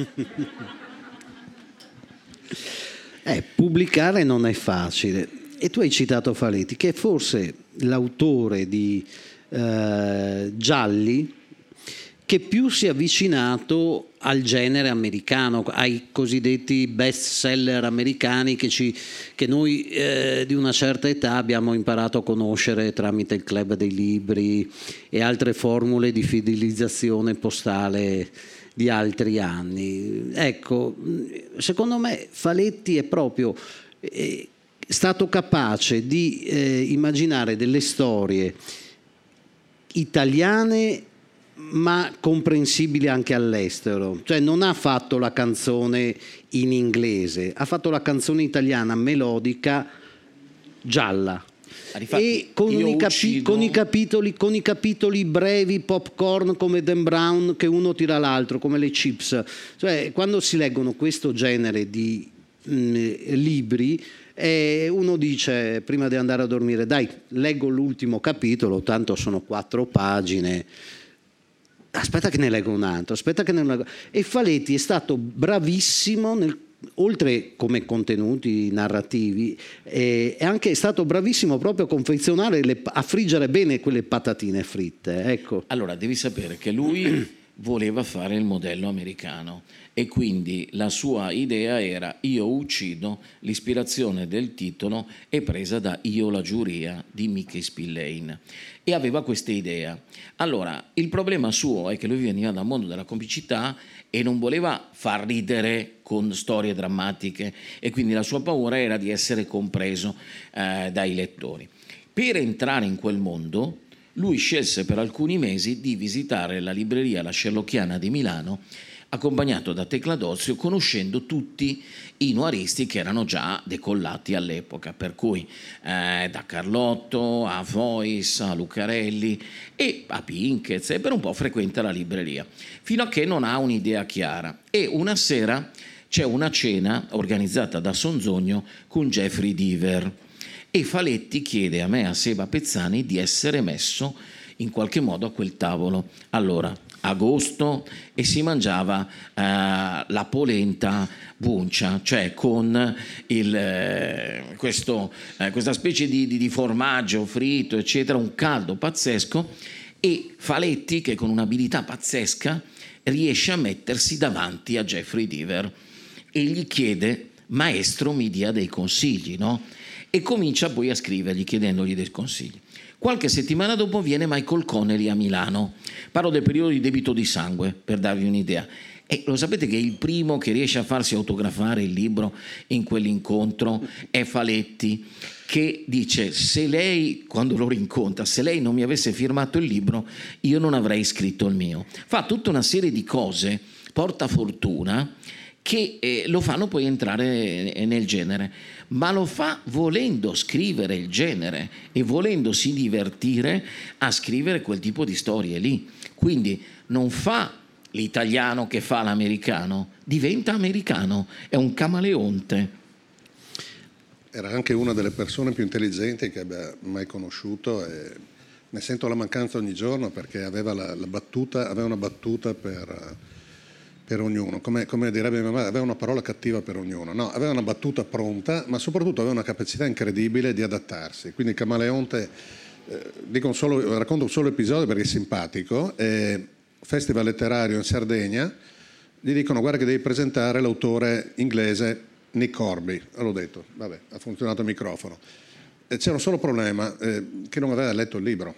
Speaker 2: Eh, pubblicare non è facile. E tu hai citato Faletti, che è forse l'autore di eh, gialli che più si è avvicinato al genere americano, ai cosiddetti best seller americani che, ci, che noi eh, di una certa età abbiamo imparato a conoscere tramite il club dei libri e altre formule di fidelizzazione postale di altri anni. Ecco, secondo me Faletti è proprio eh, stato capace di eh, immaginare delle storie italiane ma comprensibili anche all'estero. Cioè non ha fatto la canzone in inglese, ha fatto la canzone italiana melodica gialla.
Speaker 3: Infatti,
Speaker 2: e con i, capi- con, i capitoli, con i capitoli brevi, popcorn come Dan Brown, che uno tira l'altro, come le Chips. Cioè, quando si leggono questo genere di mh, libri, eh, uno dice prima di andare a dormire: dai, leggo l'ultimo capitolo, tanto sono quattro pagine, aspetta che ne leggo un altro, aspetta che ne leggo. E Faletti è stato bravissimo nel, oltre come contenuti narrativi, eh, è anche stato bravissimo proprio a confezionare, le, a friggere bene quelle patatine fritte. Ecco.
Speaker 3: Allora, devi sapere che lui voleva fare il modello americano, e quindi la sua idea era: io uccido. L'ispirazione del titolo è presa da Io la giuria di Mickey Spillane, e aveva questa idea. Allora, il problema suo è che lui veniva dal mondo della complicità e non voleva far ridere con storie drammatiche, e quindi la sua paura era di essere compreso eh, dai lettori. Per entrare in quel mondo lui scelse per alcuni mesi di visitare la libreria La Sherlockiana di Milano, accompagnato da Tecla Dozio, conoscendo tutti i noiristi che erano già decollati all'epoca, per cui eh, da Carlotto a Fois a Lucarelli e a Pinkez, e per un po' frequenta la libreria, fino a che non ha un'idea chiara. E una sera c'è una cena organizzata da Sonzogno con Jeffrey Deaver, e Faletti chiede a me, a Seba Pezzani, di essere messo in qualche modo a quel tavolo. Allora, agosto, e si mangiava eh, la polenta buncia, cioè con il, eh, questo, eh, questa specie di, di, di formaggio fritto, eccetera, un caldo pazzesco, e Faletti, che con un'abilità pazzesca riesce a mettersi davanti a Jeffrey Deaver e gli chiede: maestro, mi dia dei consigli, no? E comincia poi a scrivergli chiedendogli dei consigli. Qualche settimana dopo viene Michael Connelly a Milano. Parlo del periodo di Debito di sangue, per darvi un'idea. E lo sapete che il primo che riesce a farsi autografare il libro in quell'incontro è Faletti, che dice: se lei, quando lo rincontra, se lei non mi avesse firmato il libro, io non avrei scritto il mio. Fa tutta una serie di cose, porta fortuna, che eh, lo fanno poi entrare nel genere, ma lo fa volendo scrivere il genere e volendosi divertire a scrivere quel tipo di storie lì. Quindi non fa l'italiano che fa l'americano diventa americano, è un camaleonte.
Speaker 4: Era anche una delle persone più intelligenti che abbia mai conosciuto e ne sento la mancanza ogni giorno, perché aveva, la, la battuta, aveva una battuta per, per ognuno, come, come direbbe mia madre, aveva una parola cattiva per ognuno, no, aveva una battuta pronta, ma soprattutto aveva una capacità incredibile di adattarsi, quindi il camaleonte, eh, dico un solo, racconto un solo episodio perché è simpatico, eh, festival letterario in Sardegna, gli dicono guarda che devi presentare l'autore inglese Nick Hornby, l'ho detto, vabbè, ha funzionato il microfono. E c'era un solo problema, eh, che non aveva letto il libro.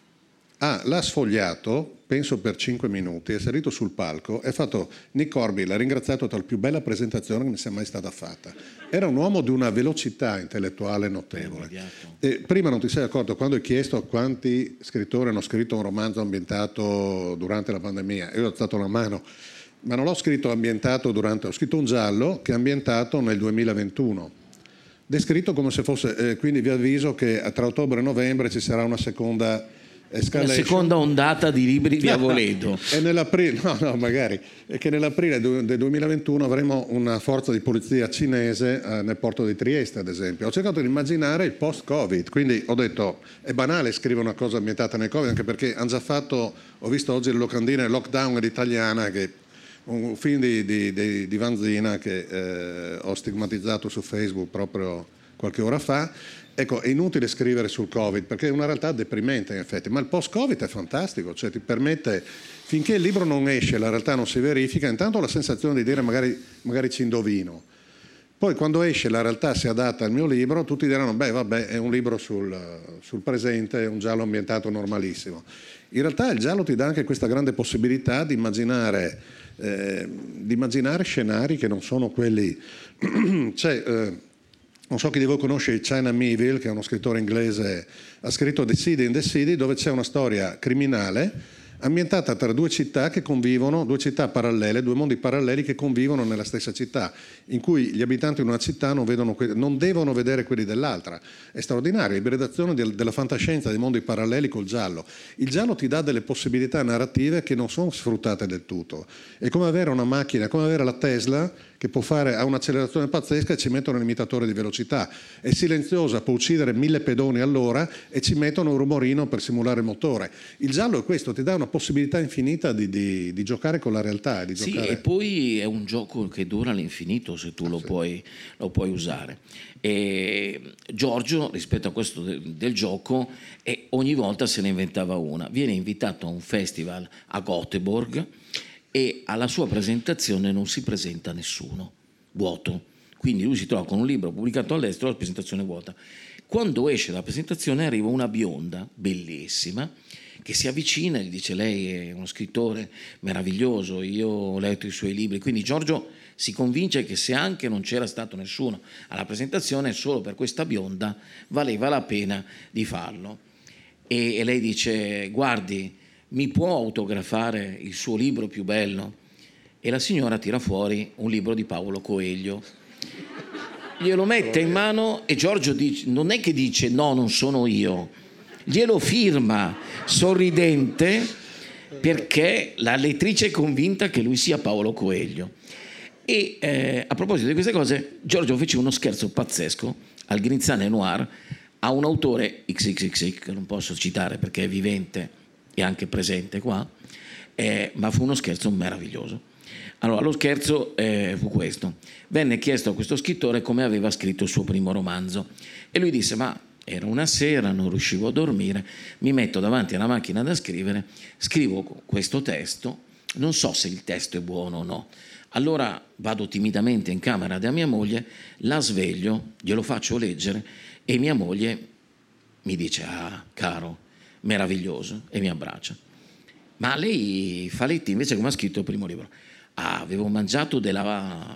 Speaker 4: Ah, l'ha sfogliato, penso per cinque minuti, è salito sul palco e ha fatto Nick Hornby, l'ha ringraziato per la più bella presentazione che mi sia mai stata fatta. Era un uomo di una velocità intellettuale notevole. E prima non ti sei accorto, quando hai chiesto quanti scrittori hanno scritto un romanzo ambientato durante la pandemia, io ho alzato la mano, ma non l'ho scritto ambientato durante, ho scritto un giallo che è ambientato nel duemilaventuno, descritto come se fosse, eh, quindi vi avviso che tra ottobre e novembre ci sarà una seconda escalation.
Speaker 3: La seconda ondata di libri di Avoledo.
Speaker 4: E nell'aprile, no, no, magari, è che nell'aprile del duemilaventuno avremo una forza di polizia cinese eh, nel porto di Trieste, ad esempio. Ho cercato di immaginare il post-Covid, quindi ho detto, è banale scrivere una cosa ambientata nel Covid, anche perché hanno già fatto, ho visto oggi le locandine, Lockdown all'italiana, che un film di, di, di, di Vanzina che eh, ho stigmatizzato su Facebook proprio qualche ora fa. Ecco, è inutile scrivere sul Covid perché è una realtà deprimente in effetti, ma il post-Covid è fantastico, cioè ti permette, finché il libro non esce, la realtà non si verifica, intanto la sensazione di dire magari, magari ci indovino. Poi quando esce la realtà si adatta al mio libro, tutti diranno beh vabbè è un libro sul, sul presente, è un giallo ambientato normalissimo. In realtà il giallo ti dà anche questa grande possibilità di immaginare, eh, di immaginare scenari che non sono quelli... C'è, eh, non so chi di voi conosce China Miéville, che è uno scrittore inglese, ha scritto The City in the City, dove c'è una storia criminale ambientata tra due città che convivono, due città parallele, due mondi paralleli che convivono nella stessa città, in cui gli abitanti di una città non, vedono, non devono vedere quelli dell'altra. È straordinario, ibridazione della fantascienza dei mondi paralleli col giallo. Il giallo ti dà delle possibilità narrative che non sono sfruttate del tutto. È come avere una macchina, è come avere la Tesla, che può fare, ha un'accelerazione pazzesca e ci mettono un limitatore di velocità. È silenziosa, può uccidere mille pedoni all'ora e ci mettono un rumorino per simulare il motore. Il giallo è questo, ti dà una possibilità infinita di, di, di giocare con la realtà. Di
Speaker 3: sì,
Speaker 4: giocare...
Speaker 3: e poi è un gioco che dura all'infinito se tu lo, sì. puoi, lo puoi usare. E Giorgio, rispetto a questo del, del gioco, e ogni volta se ne inventava una. Viene invitato a un festival a Göteborg e alla sua presentazione non si presenta nessuno, vuoto. Quindi lui si trova con un libro pubblicato all'estero, la presentazione vuota. Quando esce la presentazione arriva una bionda, bellissima, che si avvicina e gli dice lei è uno scrittore meraviglioso, io ho letto i suoi libri. Quindi Giorgio si convince che se anche non c'era stato nessuno alla presentazione, solo per questa bionda valeva la pena di farlo. E, e lei dice guardi, mi può autografare il suo libro più bello? E la signora tira fuori un libro di Paolo Coelho, glielo mette in mano e Giorgio dice, non è che dice no, non sono io, glielo firma sorridente perché la lettrice è convinta che lui sia Paolo Coelho. E eh, a proposito di queste cose, Giorgio fece uno scherzo pazzesco al Grinzane Noir a un autore X X X che non posso citare perché è vivente e anche presente qua, eh, ma fu uno scherzo meraviglioso. Allora, lo scherzo eh, fu questo. Venne chiesto a questo scrittore come aveva scritto il suo primo romanzo e lui disse, ma era una sera, non riuscivo a dormire, mi metto davanti alla macchina da scrivere, scrivo questo testo, non so se il testo è buono o no. Allora vado timidamente in camera da mia moglie, la sveglio, glielo faccio leggere e mia moglie mi dice, ah, caro, meraviglioso, e mi abbraccia. Ma lei, Faletti, invece come ha scritto il primo libro? Ah, avevo mangiato della,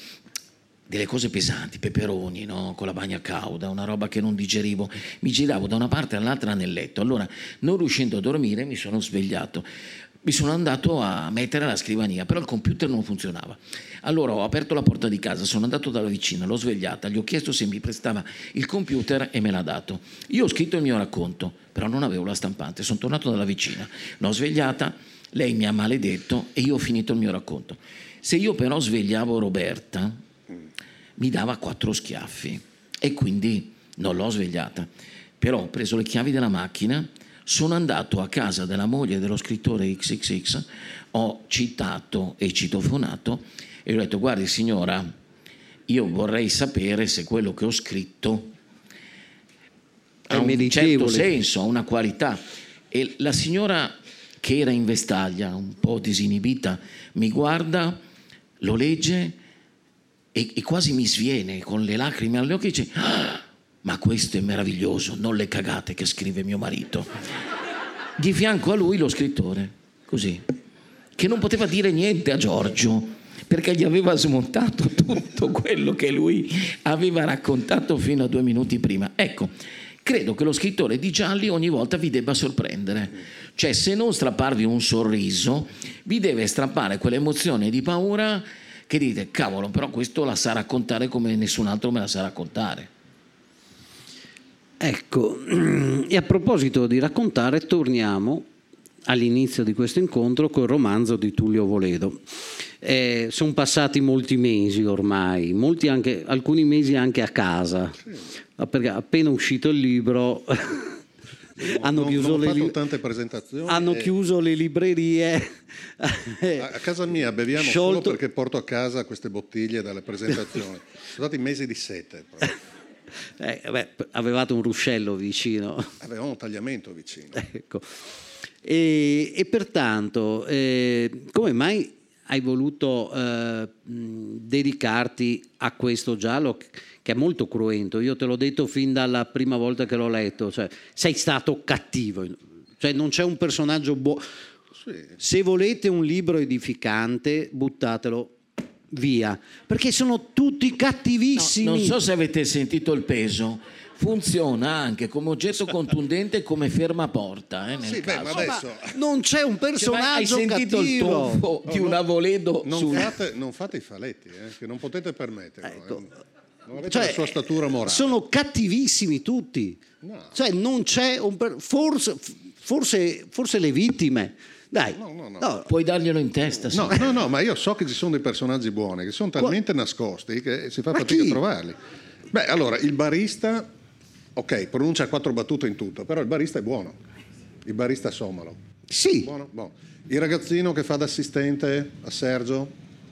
Speaker 3: delle cose pesanti, peperoni, no? Con la bagna cauda, una roba che non digerivo, mi giravo da una parte all'altra nel letto, allora non riuscendo a dormire mi sono svegliato, mi sono andato a mettere alla scrivania, però il computer non funzionava. Allora ho aperto la porta di casa, sono andato dalla vicina, l'ho svegliata, gli ho chiesto se mi prestava il computer e me l'ha dato. Io ho scritto il mio racconto, però non avevo la stampante, sono tornato dalla vicina, l'ho svegliata, lei mi ha maledetto e io ho finito il mio racconto. Se io però svegliavo Roberta, mi dava quattro schiaffi e quindi non l'ho svegliata. Però ho preso le chiavi della macchina, sono andato a casa della moglie dello scrittore X X X, ho citato e citofonato e ho detto: guardi signora, io vorrei sapere se quello che ho scritto ha un certo senso, ha una qualità. E la signora, che era in vestaglia, un po' disinibita, mi guarda, lo legge e, e quasi mi sviene con le lacrime agli occhi e dice: ah, ma questo è meraviglioso, non le cagate che scrive mio marito. Di fianco a lui lo scrittore, così, che non poteva dire niente a Giorgio perché gli aveva smontato tutto quello che lui aveva raccontato fino a due minuti prima. Ecco, credo che lo scrittore di gialli ogni volta vi debba sorprendere. Cioè, se non strapparvi un sorriso, vi deve strappare quell'emozione di paura che dite: cavolo, però questo la sa raccontare come nessun altro me la sa raccontare.
Speaker 2: Ecco, e a proposito di raccontare, torniamo all'inizio di questo incontro col romanzo di Tullio Voledo. Eh, sono passati molti mesi ormai, molti anche, alcuni mesi anche a casa, sì. Perché appena uscito il libro hanno,
Speaker 4: non,
Speaker 2: chiuso,
Speaker 4: non
Speaker 2: le
Speaker 4: fatto
Speaker 2: li-
Speaker 4: tante presentazioni
Speaker 2: hanno
Speaker 4: e...
Speaker 2: chiuso le librerie.
Speaker 4: A casa mia beviamo
Speaker 2: Sciolto...
Speaker 4: solo perché porto a casa queste bottiglie dalle presentazioni. Sono stati mesi di sete.
Speaker 2: Eh, beh, avevate un ruscello vicino.
Speaker 4: Avevamo un tagliamento vicino.
Speaker 2: Ecco. E, e pertanto, eh, come mai hai voluto eh, dedicarti a questo giallo che è molto cruento? Io te l'ho detto fin dalla prima volta che l'ho letto, cioè, sei stato cattivo, cioè non c'è un personaggio buono. Sì. Se volete un libro edificante, buttatelo via, perché sono tutti cattivissimi.
Speaker 3: No, non so se avete sentito il peso, funziona anche come oggetto contundente, come fermaporta, eh, nel
Speaker 4: sì,
Speaker 3: caso.
Speaker 4: beh, ma adesso...
Speaker 2: Ma non c'è un personaggio
Speaker 3: cioè, hai sentito
Speaker 2: cattivo.
Speaker 3: Il tonfo di
Speaker 4: no,
Speaker 3: una Voledo
Speaker 4: non,
Speaker 3: sul...
Speaker 4: fate, non fate i faletti, eh, che non potete permetterlo.
Speaker 2: Ecco.
Speaker 4: Eh. Non avete
Speaker 2: Cioè,
Speaker 4: la sua statura morale.
Speaker 2: Sono cattivissimi tutti.
Speaker 4: No.
Speaker 2: Cioè non c'è un per... forse, forse, forse le vittime. Dai,
Speaker 4: no, no, no.
Speaker 2: No.
Speaker 3: Puoi darglielo in testa. Sì.
Speaker 4: No, no, no, ma io so che ci sono dei personaggi buoni, che sono talmente Qua... nascosti che si fa
Speaker 2: ma
Speaker 4: fatica
Speaker 2: chi?
Speaker 4: a trovarli. Beh, allora, il barista, ok, pronuncia quattro battute in tutto, però il barista è buono. Il barista somalo.
Speaker 2: Sì.
Speaker 4: Buono? Buono. Il ragazzino che fa da assistente a Sergio,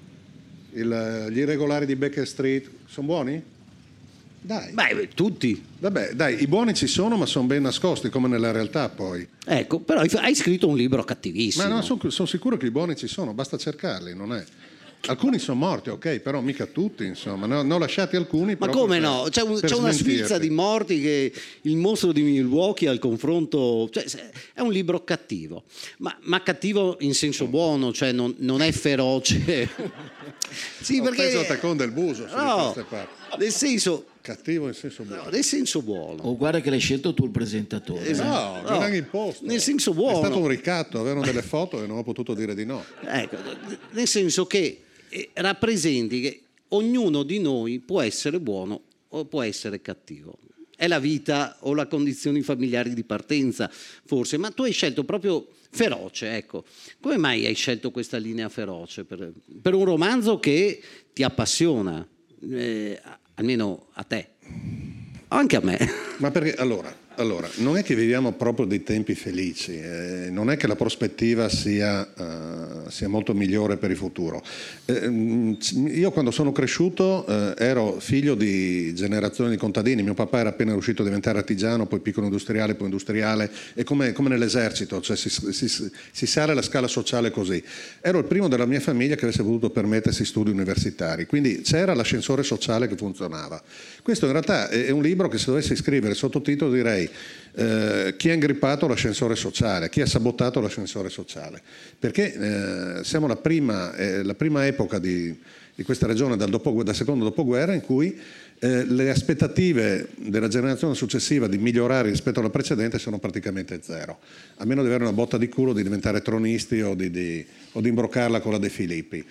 Speaker 4: il, gli irregolari di Baker Street, sono buoni? Dai.
Speaker 2: Beh, tutti.
Speaker 4: Vabbè, dai, i buoni ci sono, ma sono ben nascosti, come nella realtà poi.
Speaker 2: Ecco, però hai scritto un libro cattivissimo.
Speaker 4: Ma no, sono son sicuro che i buoni ci sono, basta cercarli, non è... Alcuni sono morti, ok, però mica tutti, insomma, ne ho, ne ho lasciati alcuni.
Speaker 2: Ma come
Speaker 4: per,
Speaker 2: no? C'è, un,
Speaker 4: c'è
Speaker 2: una sfilza di morti che il mostro di Milwaukee al confronto, cioè, è un libro cattivo, ma, ma cattivo in senso buono, cioè non, non è feroce. Sì,
Speaker 4: ho
Speaker 2: perché
Speaker 4: preso Tacon del Buso,
Speaker 2: no, nel senso
Speaker 4: cattivo in senso buono.
Speaker 2: No, nel senso buono.
Speaker 3: Oh, guarda che l'hai scelto tu il presentatore.
Speaker 4: Esatto,
Speaker 2: no,
Speaker 4: non è imposto.
Speaker 2: Nel senso buono.
Speaker 4: È stato un ricatto, avevano delle foto e non ho potuto dire di no.
Speaker 2: Ecco, nel senso che rappresenti che ognuno di noi può essere buono o può essere cattivo. È la vita o le condizioni familiari di partenza, forse, ma tu hai scelto proprio feroce, ecco. Come mai hai scelto questa linea feroce per, per un romanzo che ti appassiona, eh, almeno a te, anche a me?
Speaker 4: Ma perché, allora, allora, non è che viviamo proprio dei tempi felici, eh, non è che la prospettiva sia, uh, sia molto migliore per il futuro. Eh, io quando sono cresciuto eh, ero figlio di generazioni di contadini, mio papà era appena riuscito a diventare artigiano, poi piccolo industriale, poi industriale, e come, come nell'esercito, cioè si, si, si sale la scala sociale così. Ero il primo della mia famiglia che avesse potuto permettersi studi universitari, quindi c'era l'ascensore sociale che funzionava. Questo in realtà è un libro che, se dovessi scrivere sottotitolo, direi eh, chi ha ingrippato l'ascensore sociale, chi ha sabotato l'ascensore sociale, perché eh, siamo la prima, eh, la prima epoca di, di questa regione dal, dopo, dal secondo dopoguerra in cui eh, le aspettative della generazione successiva di migliorare rispetto alla precedente sono praticamente zero, a meno di avere una botta di culo, di diventare tronisti o di, di, o di imbroccarla con la De Filippi.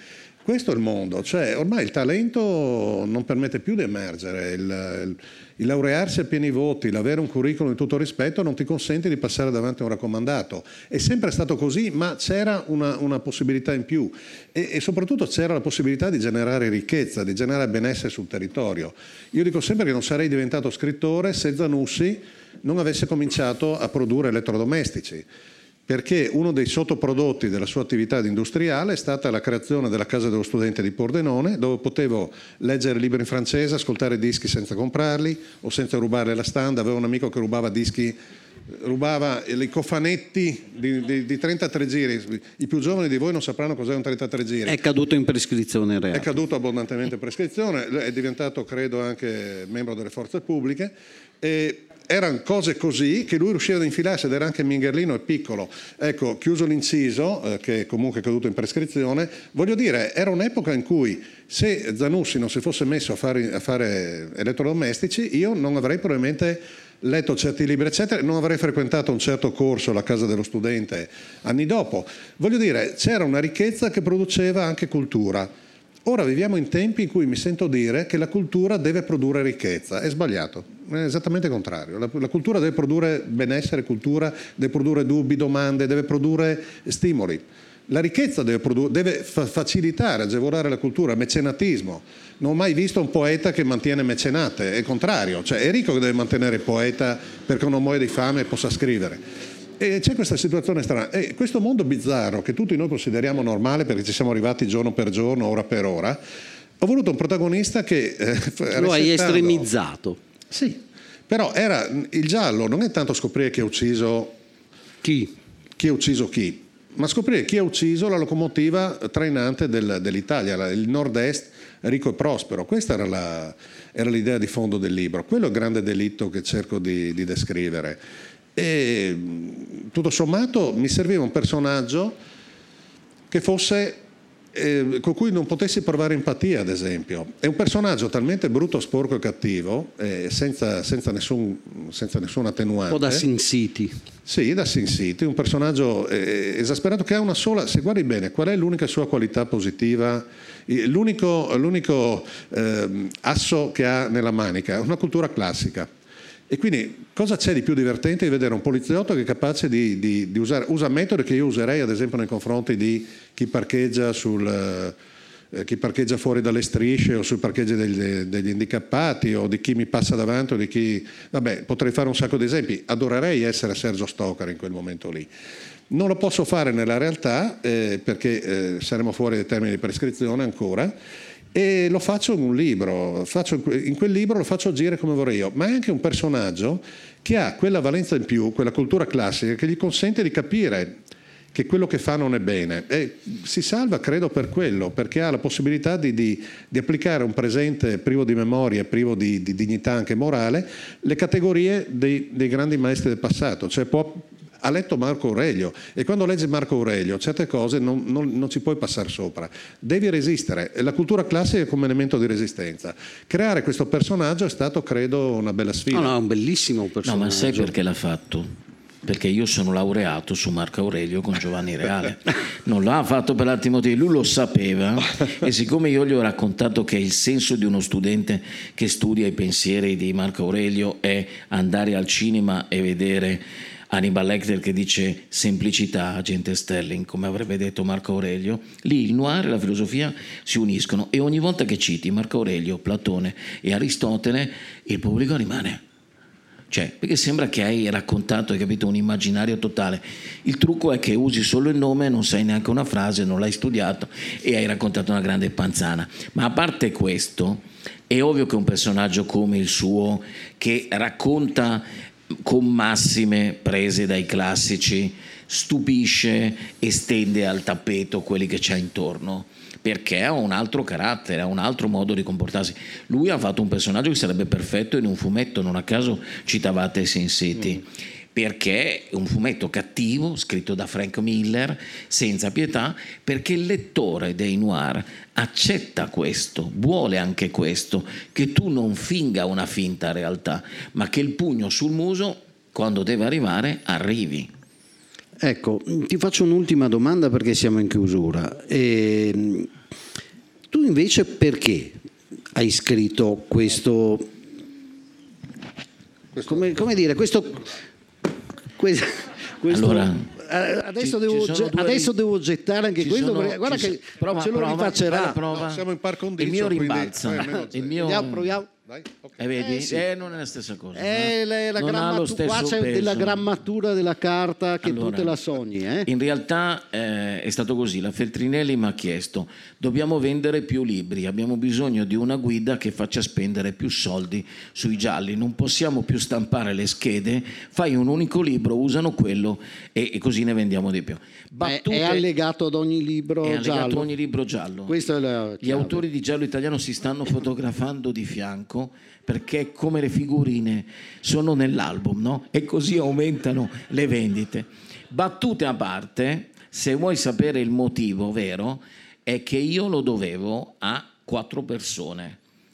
Speaker 4: questo è il mondo, cioè ormai il talento non permette più di emergere, il, il, il laurearsi a pieni voti, l'avere un curriculum di tutto rispetto non ti consente di passare davanti a un raccomandato. È sempre stato così, ma c'era una, una possibilità in più e, e soprattutto c'era la possibilità di generare ricchezza, di generare benessere sul territorio. Io dico sempre che non sarei diventato scrittore se Zanussi non avesse cominciato a produrre elettrodomestici, perché uno dei sottoprodotti della sua attività industriale è stata la creazione della Casa dello Studente di Pordenone, dove potevo leggere libri in francese, ascoltare dischi senza comprarli o senza rubarli alla stand. Avevo un amico che rubava dischi, rubava i cofanetti di, di, di trentatré giri. I più giovani di voi non sapranno cos'è un trentatré giri.
Speaker 2: È caduto in prescrizione in realtà.
Speaker 4: È caduto abbondantemente in prescrizione, è diventato credo anche membro delle forze pubbliche. E erano cose così che lui riusciva ad infilarsi, ed era anche mingherlino e piccolo. Ecco, chiuso l'inciso, eh, che comunque è caduto in prescrizione, voglio dire, era un'epoca in cui se Zanussi non si fosse messo a fare, a fare elettrodomestici, io non avrei probabilmente letto certi libri, eccetera, non avrei frequentato un certo corso alla Casa dello Studente anni dopo. Voglio dire, c'era una ricchezza che produceva anche cultura. Ora viviamo in tempi in cui mi sento dire che la cultura deve produrre ricchezza. È sbagliato, è esattamente il contrario. La, la cultura deve produrre benessere, cultura deve produrre dubbi, domande, deve produrre stimoli. La ricchezza deve, produ- deve fa- facilitare, agevolare la cultura, mecenatismo. Non ho mai visto un poeta che mantiene mecenate, è il contrario. Cioè è ricco che deve mantenere il poeta perché non muoia di fame e possa scrivere. E c'è questa situazione strana, e questo mondo bizzarro che tutti noi consideriamo normale perché ci siamo arrivati giorno per giorno, ora per ora. Ho voluto un protagonista che eh,
Speaker 2: lo hai estremizzato.
Speaker 4: Sì, però era il giallo non è tanto scoprire chi ha ucciso
Speaker 2: chi,
Speaker 4: chi ha ucciso chi, ma scoprire chi ha ucciso la locomotiva trainante del, dell'Italia, il nord-est ricco e prospero. Questa era, la, era l'idea di fondo del libro. Quello è il grande delitto che cerco di, di descrivere. E tutto sommato mi serviva un personaggio che fosse eh, con cui non potessi provare empatia, ad esempio. È un personaggio talmente brutto, sporco e cattivo, eh, senza, senza, nessun, senza nessun attenuante.
Speaker 2: Un po' da Sin City.
Speaker 4: Sì, da Sin City, un personaggio eh, esasperato che ha una sola, se guardi bene, qual è l'unica sua qualità positiva, l'unico, l'unico eh, asso che ha nella manica, è una cultura classica. E quindi cosa c'è di più divertente di vedere un poliziotto che è capace di, di, di usare usa metodi che io userei ad esempio nei confronti di chi parcheggia, sul, eh, chi parcheggia fuori dalle strisce o sui parcheggi degli, degli handicappati o di chi mi passa davanti o di chi... Vabbè, potrei fare un sacco di esempi. Adorerei essere Sergio Stocker in quel momento lì. Non lo posso fare nella realtà eh, perché eh, saremo fuori dai termini di prescrizione ancora. E lo faccio in un libro, faccio, in quel libro lo faccio agire come vorrei io, ma è anche un personaggio che ha quella valenza in più, quella cultura classica che gli consente di capire che quello che fa non è bene e si salva credo per quello, perché ha la possibilità di, di, di applicare un presente privo di memoria, privo di, di dignità anche morale, le categorie dei, dei grandi maestri del passato, cioè può... Ha letto Marco Aurelio e quando leggi Marco Aurelio certe cose non, non, non ci puoi passare sopra, devi resistere. La cultura classica è come elemento di resistenza. Creare questo personaggio è stato credo una bella sfida.
Speaker 2: No, no, è un bellissimo personaggio.
Speaker 3: No, ma sai perché l'ha fatto? Perché io sono laureato su Marco Aurelio con Giovanni Reale. Non l'ha fatto per altri motivi, lui lo sapeva e siccome io gli ho raccontato che il senso di uno studente che studia i pensieri di Marco Aurelio è andare al cinema e vedere Hannibal Lecter che dice semplicità, agente Sterling, come avrebbe detto Marco Aurelio, lì il noir e la filosofia si uniscono e ogni volta che citi Marco Aurelio, Platone e Aristotele il pubblico rimane. Cioè, perché sembra che hai raccontato, hai capito, un immaginario totale. Il trucco è che usi solo il nome, non sai neanche una frase, non l'hai studiato e hai raccontato una grande panzana. Ma a parte questo, è ovvio che un personaggio come il suo, che racconta con massime prese dai classici, stupisce e stende al tappeto quelli che c'ha intorno, perché ha un altro carattere, ha un altro modo di comportarsi. Lui ha fatto un personaggio che sarebbe perfetto in un fumetto, non a caso citavate Sin City, mm. perché è un fumetto cattivo, scritto da Frank Miller, senza pietà, perché il lettore dei noir accetta questo, vuole anche questo, che tu non finga una finta realtà, ma che il pugno sul muso, quando deve arrivare, arrivi.
Speaker 2: Ecco, ti faccio un'ultima domanda perché siamo in chiusura. E invece perché hai scritto questo, questo come, come dire, questo, questo, questo
Speaker 3: allora,
Speaker 2: adesso,
Speaker 3: ci,
Speaker 2: devo,
Speaker 3: ci
Speaker 2: adesso devo gettare anche questo,
Speaker 3: sono,
Speaker 2: perché guarda che
Speaker 3: prova,
Speaker 2: ce lo
Speaker 3: prova,
Speaker 2: rifaccerà.
Speaker 3: prova.
Speaker 4: No, siamo in par condicio,
Speaker 3: il mio
Speaker 4: quindi,
Speaker 3: rimbalza,
Speaker 4: eh,
Speaker 3: il mio...
Speaker 2: Andiamo, proviamo.
Speaker 4: Dai, okay.
Speaker 3: Eh, vedi?
Speaker 2: Eh, sì.
Speaker 3: eh, non è la stessa cosa.
Speaker 2: Eh,
Speaker 3: no?
Speaker 2: la
Speaker 3: non ha lo
Speaker 2: grammatu-
Speaker 3: stesso
Speaker 2: qua c'è
Speaker 3: peso.
Speaker 2: della grammatura della carta che
Speaker 3: Allora,
Speaker 2: tu te la sogni. Eh?
Speaker 3: In realtà eh, è stato così, la Feltrinelli mi ha chiesto: dobbiamo vendere più libri, abbiamo bisogno di una guida che faccia spendere più soldi sui gialli, non possiamo più stampare le schede, fai un unico libro, usano quello e, e così ne vendiamo di più. Battute,
Speaker 2: è, è allegato ad ogni libro
Speaker 3: è allegato
Speaker 2: giallo.
Speaker 3: a ogni libro giallo.
Speaker 2: Questo è la
Speaker 3: Gli autori di giallo italiano si stanno fotografando di fianco, perché come le figurine sono nell'album, no? E così aumentano le vendite. Battute a parte, se vuoi sapere il motivo vero, è che io lo dovevo a quattro persone.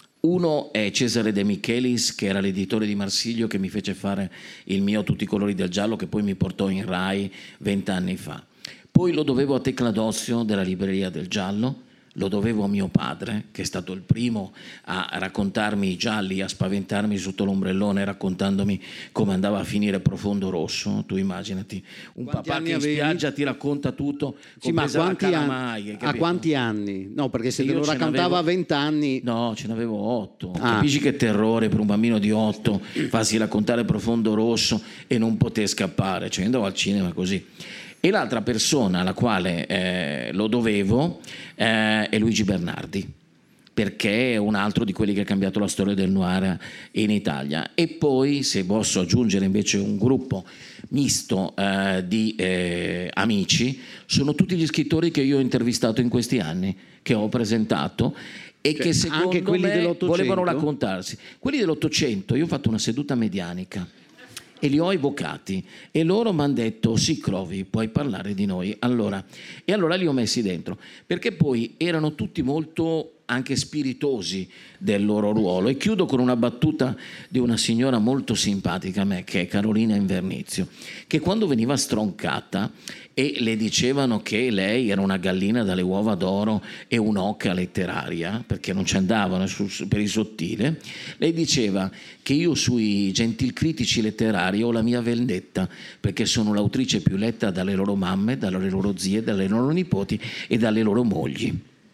Speaker 3: Uno è Cesare De Michelis, che era l'editore di Marsilio, che mi fece fare il mio Tutti i colori del giallo, che poi mi portò in Rai vent'anni fa. Poi lo dovevo a Tecla D'Ossio della Libreria del Giallo, lo dovevo a mio padre, che è stato il primo a raccontarmi i gialli, a spaventarmi sotto l'ombrellone raccontandomi come andava a finire Profondo Rosso. Tu immaginati, un
Speaker 2: Quanti
Speaker 3: papà
Speaker 2: anni
Speaker 3: che in
Speaker 2: avevi?
Speaker 3: spiaggia ti racconta tutto,
Speaker 2: Sì, ma
Speaker 3: compresa la
Speaker 2: quanti anni,
Speaker 3: calamaia,
Speaker 2: a
Speaker 3: capito?
Speaker 2: quanti anni? No, perché se
Speaker 3: Io
Speaker 2: te lo
Speaker 3: ce
Speaker 2: raccontava
Speaker 3: n'avevo-
Speaker 2: a vent'anni...
Speaker 3: No, ce n'avevo otto.
Speaker 2: Ah.
Speaker 3: Capisci che terrore per un bambino di otto farsi raccontare Profondo Rosso e non poter scappare. Cioè andavo al cinema così. E l'altra persona alla quale eh, lo dovevo eh, è Luigi Bernardi, perché è un altro di quelli che ha cambiato la storia del noir in Italia. E poi, se posso aggiungere invece un gruppo misto eh, di eh, amici, sono tutti gli scrittori che io ho intervistato in questi anni, che ho presentato e
Speaker 2: Cioè,
Speaker 3: che secondo
Speaker 2: anche quelli
Speaker 3: me
Speaker 2: dell'Ottocento?
Speaker 3: volevano raccontarsi. Quelli dell'Ottocento, io ho fatto una seduta medianica e li ho evocati e loro mi hanno detto: sì, Crovi, puoi parlare di noi. Allora, e allora li ho messi dentro, perché poi erano tutti molto anche spiritosi del loro ruolo. E chiudo con una battuta di una signora molto simpatica a me, che è Carolina Invernizio, che quando veniva stroncata e le dicevano che lei era una gallina dalle uova d'oro e un'oca letteraria, perché non ci andavano su, per il sottile, lei diceva che io sui gentilcritici letterari ho la mia vendetta, perché sono l'autrice più letta dalle loro mamme, dalle loro zie, dalle loro nipoti e dalle loro mogli.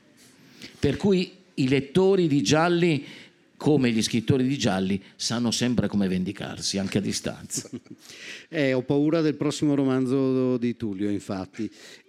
Speaker 3: Per cui i lettori di gialli, come gli scrittori di gialli, sanno sempre come vendicarsi, anche a distanza.
Speaker 2: Eh, ho paura del prossimo romanzo di Tullio, infatti.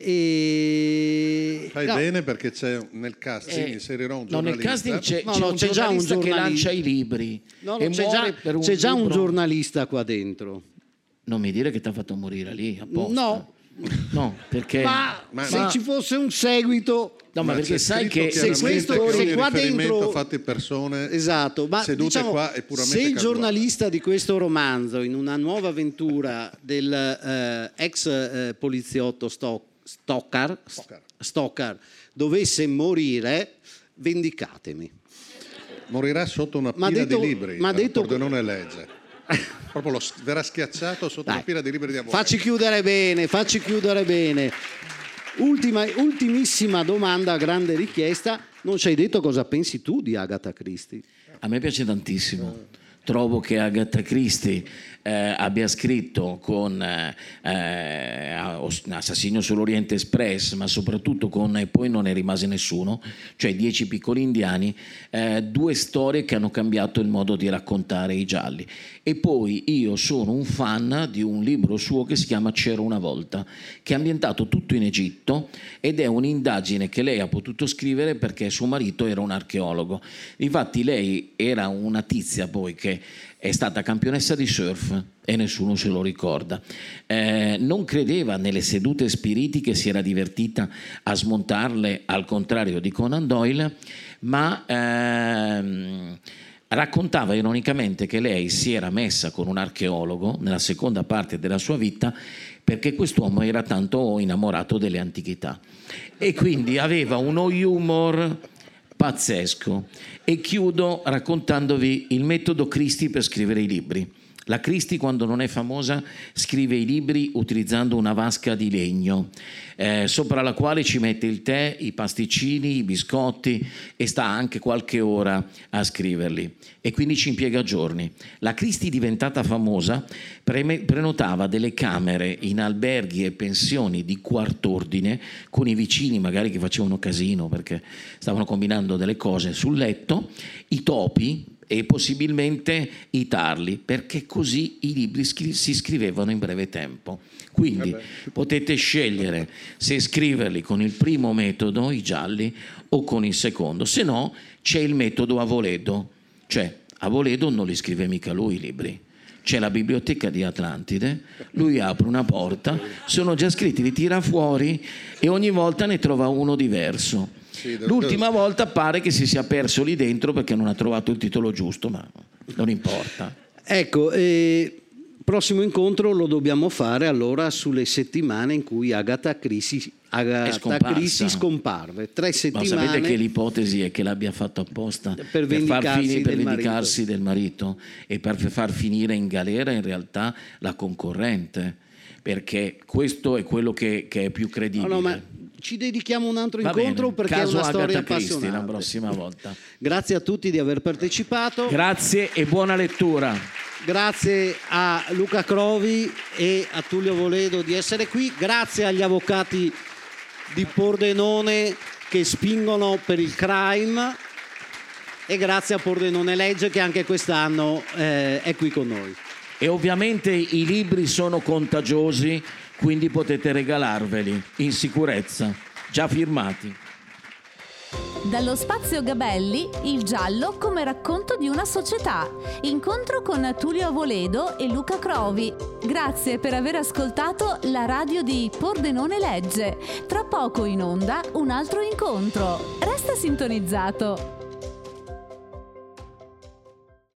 Speaker 2: E...
Speaker 4: Fai
Speaker 2: no,
Speaker 4: bene, perché c'è nel casting,
Speaker 3: Eh,
Speaker 4: inserirò un
Speaker 3: no, nel
Speaker 4: giornalista.
Speaker 3: casting c'è,
Speaker 2: No,
Speaker 3: c'è
Speaker 2: no,
Speaker 3: un
Speaker 2: c'è già un
Speaker 3: giornalista che
Speaker 2: giornalista.
Speaker 3: lancia i libri
Speaker 2: no, no,
Speaker 3: e
Speaker 2: c'è
Speaker 3: muore
Speaker 2: già,
Speaker 3: per un
Speaker 2: c'è già un
Speaker 3: libro.
Speaker 2: giornalista qua dentro.
Speaker 3: Non mi dire che ti ha fatto morire lì apposta.
Speaker 2: No.
Speaker 3: No, perché...
Speaker 2: Ma,
Speaker 4: Ma-
Speaker 2: se
Speaker 3: ma-
Speaker 2: ci fosse un seguito...
Speaker 3: No, ma,
Speaker 4: Ma
Speaker 3: perché
Speaker 4: c'è
Speaker 3: sai
Speaker 4: scritto
Speaker 3: che...
Speaker 2: se
Speaker 4: chiaramente
Speaker 2: questo-
Speaker 4: che
Speaker 2: se
Speaker 4: ogni
Speaker 2: qua
Speaker 4: riferimento
Speaker 2: dentro-
Speaker 4: fatto in persone
Speaker 2: Esatto, ma
Speaker 4: sedute
Speaker 2: diciamo,
Speaker 4: qua è puramente
Speaker 2: se il
Speaker 4: casuale.
Speaker 2: giornalista di questo romanzo, in una nuova avventura del eh, ex eh, poliziotto Stock, Stockar,
Speaker 4: Stockar.
Speaker 2: Stockar dovesse morire, vendicatemi.
Speaker 4: morirà sotto una
Speaker 2: Ma
Speaker 4: pila
Speaker 2: detto-
Speaker 4: di libri
Speaker 2: ma
Speaker 4: dal
Speaker 2: detto-
Speaker 4: Pordenone legge. Proprio lo, verrà schiacciato sotto
Speaker 2: Dai,
Speaker 4: una pila di libri di amore.
Speaker 2: Facci chiudere bene, facci chiudere bene. Ultima, ultimissima domanda a grande richiesta. Non ci hai detto cosa pensi tu di Agatha Christie?
Speaker 3: A me piace tantissimo. Trovo che Agatha Christie eh, abbia scritto con eh, eh, Assassinio sull'Oriente Express, ma soprattutto con E poi non ne rimase nessuno, cioè Dieci piccoli indiani, eh, due storie che hanno cambiato il modo di raccontare i gialli. E poi io sono un fan di un libro suo che si chiama C'era una volta, che è ambientato tutto in Egitto ed è un'indagine che lei ha potuto scrivere perché suo marito era un archeologo. Infatti lei era una tizia poi che è stata campionessa di surf e nessuno se lo ricorda. Eh, non credeva nelle sedute spiritiche, si era divertita a smontarle, al contrario di Conan Doyle, ma ehm, raccontava ironicamente che lei si era messa con un archeologo nella seconda parte della sua vita perché quest'uomo era tanto innamorato delle antichità e quindi aveva uno humor pazzesco. E chiudo raccontandovi il metodo Christie per scrivere i libri. La Cristi, quando non è famosa, scrive i libri utilizzando una vasca di legno, eh, sopra la quale ci mette il tè, i pasticcini, i biscotti, e sta anche qualche ora a scriverli, e quindi ci impiega giorni. La Cristi, diventata famosa, pre- prenotava delle camere in alberghi e pensioni di quart'ordine con i vicini magari che facevano casino perché stavano combinando delle cose sul letto, i topi e possibilmente i tarli, perché così i libri scri- si scrivevano in breve tempo. Quindi Vabbè. potete scegliere se scriverli con il primo metodo, i gialli, o con il secondo. Se no c'è il metodo Avoledo, cioè Avoledo non li scrive mica lui i libri. C'è la biblioteca di Atlantide, lui apre una porta, sono già scritti, li tira fuori e ogni volta ne trova uno diverso. L'ultima volta pare che si sia perso lì dentro perché non ha trovato il titolo giusto, ma non importa.
Speaker 2: Ecco, eh, prossimo incontro lo dobbiamo fare allora sulle settimane in cui Agatha Christie, Agatha Christie scomparve. Tre settimane.
Speaker 3: Ma sapete che l'ipotesi è che l'abbia fatto apposta
Speaker 2: per vendicarsi,
Speaker 3: per far fini, per
Speaker 2: del,
Speaker 3: vendicarsi
Speaker 2: marito.
Speaker 3: del marito e per far finire in galera in realtà la concorrente, perché questo è quello che, che è più credibile. No, no, ma
Speaker 2: ci dedichiamo un altro
Speaker 3: Va
Speaker 2: incontro
Speaker 3: bene.
Speaker 2: perché
Speaker 3: Caso
Speaker 2: è una storia
Speaker 3: Agatha Christie
Speaker 2: appassionante.
Speaker 3: la prossima volta.
Speaker 2: Grazie a tutti di aver partecipato.
Speaker 3: Grazie e buona lettura.
Speaker 2: Grazie a Luca Crovi e a Tullio Voledo di essere qui. Grazie agli avvocati di Pordenone che spingono per il crime, e grazie a Pordenone Legge che anche quest'anno eh, è qui con noi.
Speaker 3: E ovviamente i libri sono contagiosi, quindi potete regalarveli in sicurezza, già firmati.
Speaker 1: Dallo Spazio Gabelli, il giallo come racconto di una società. Incontro con Tullio Avoledo e Luca Crovi. Grazie per aver ascoltato la radio di Pordenone Legge. Tra poco in onda un altro incontro. Resta sintonizzato.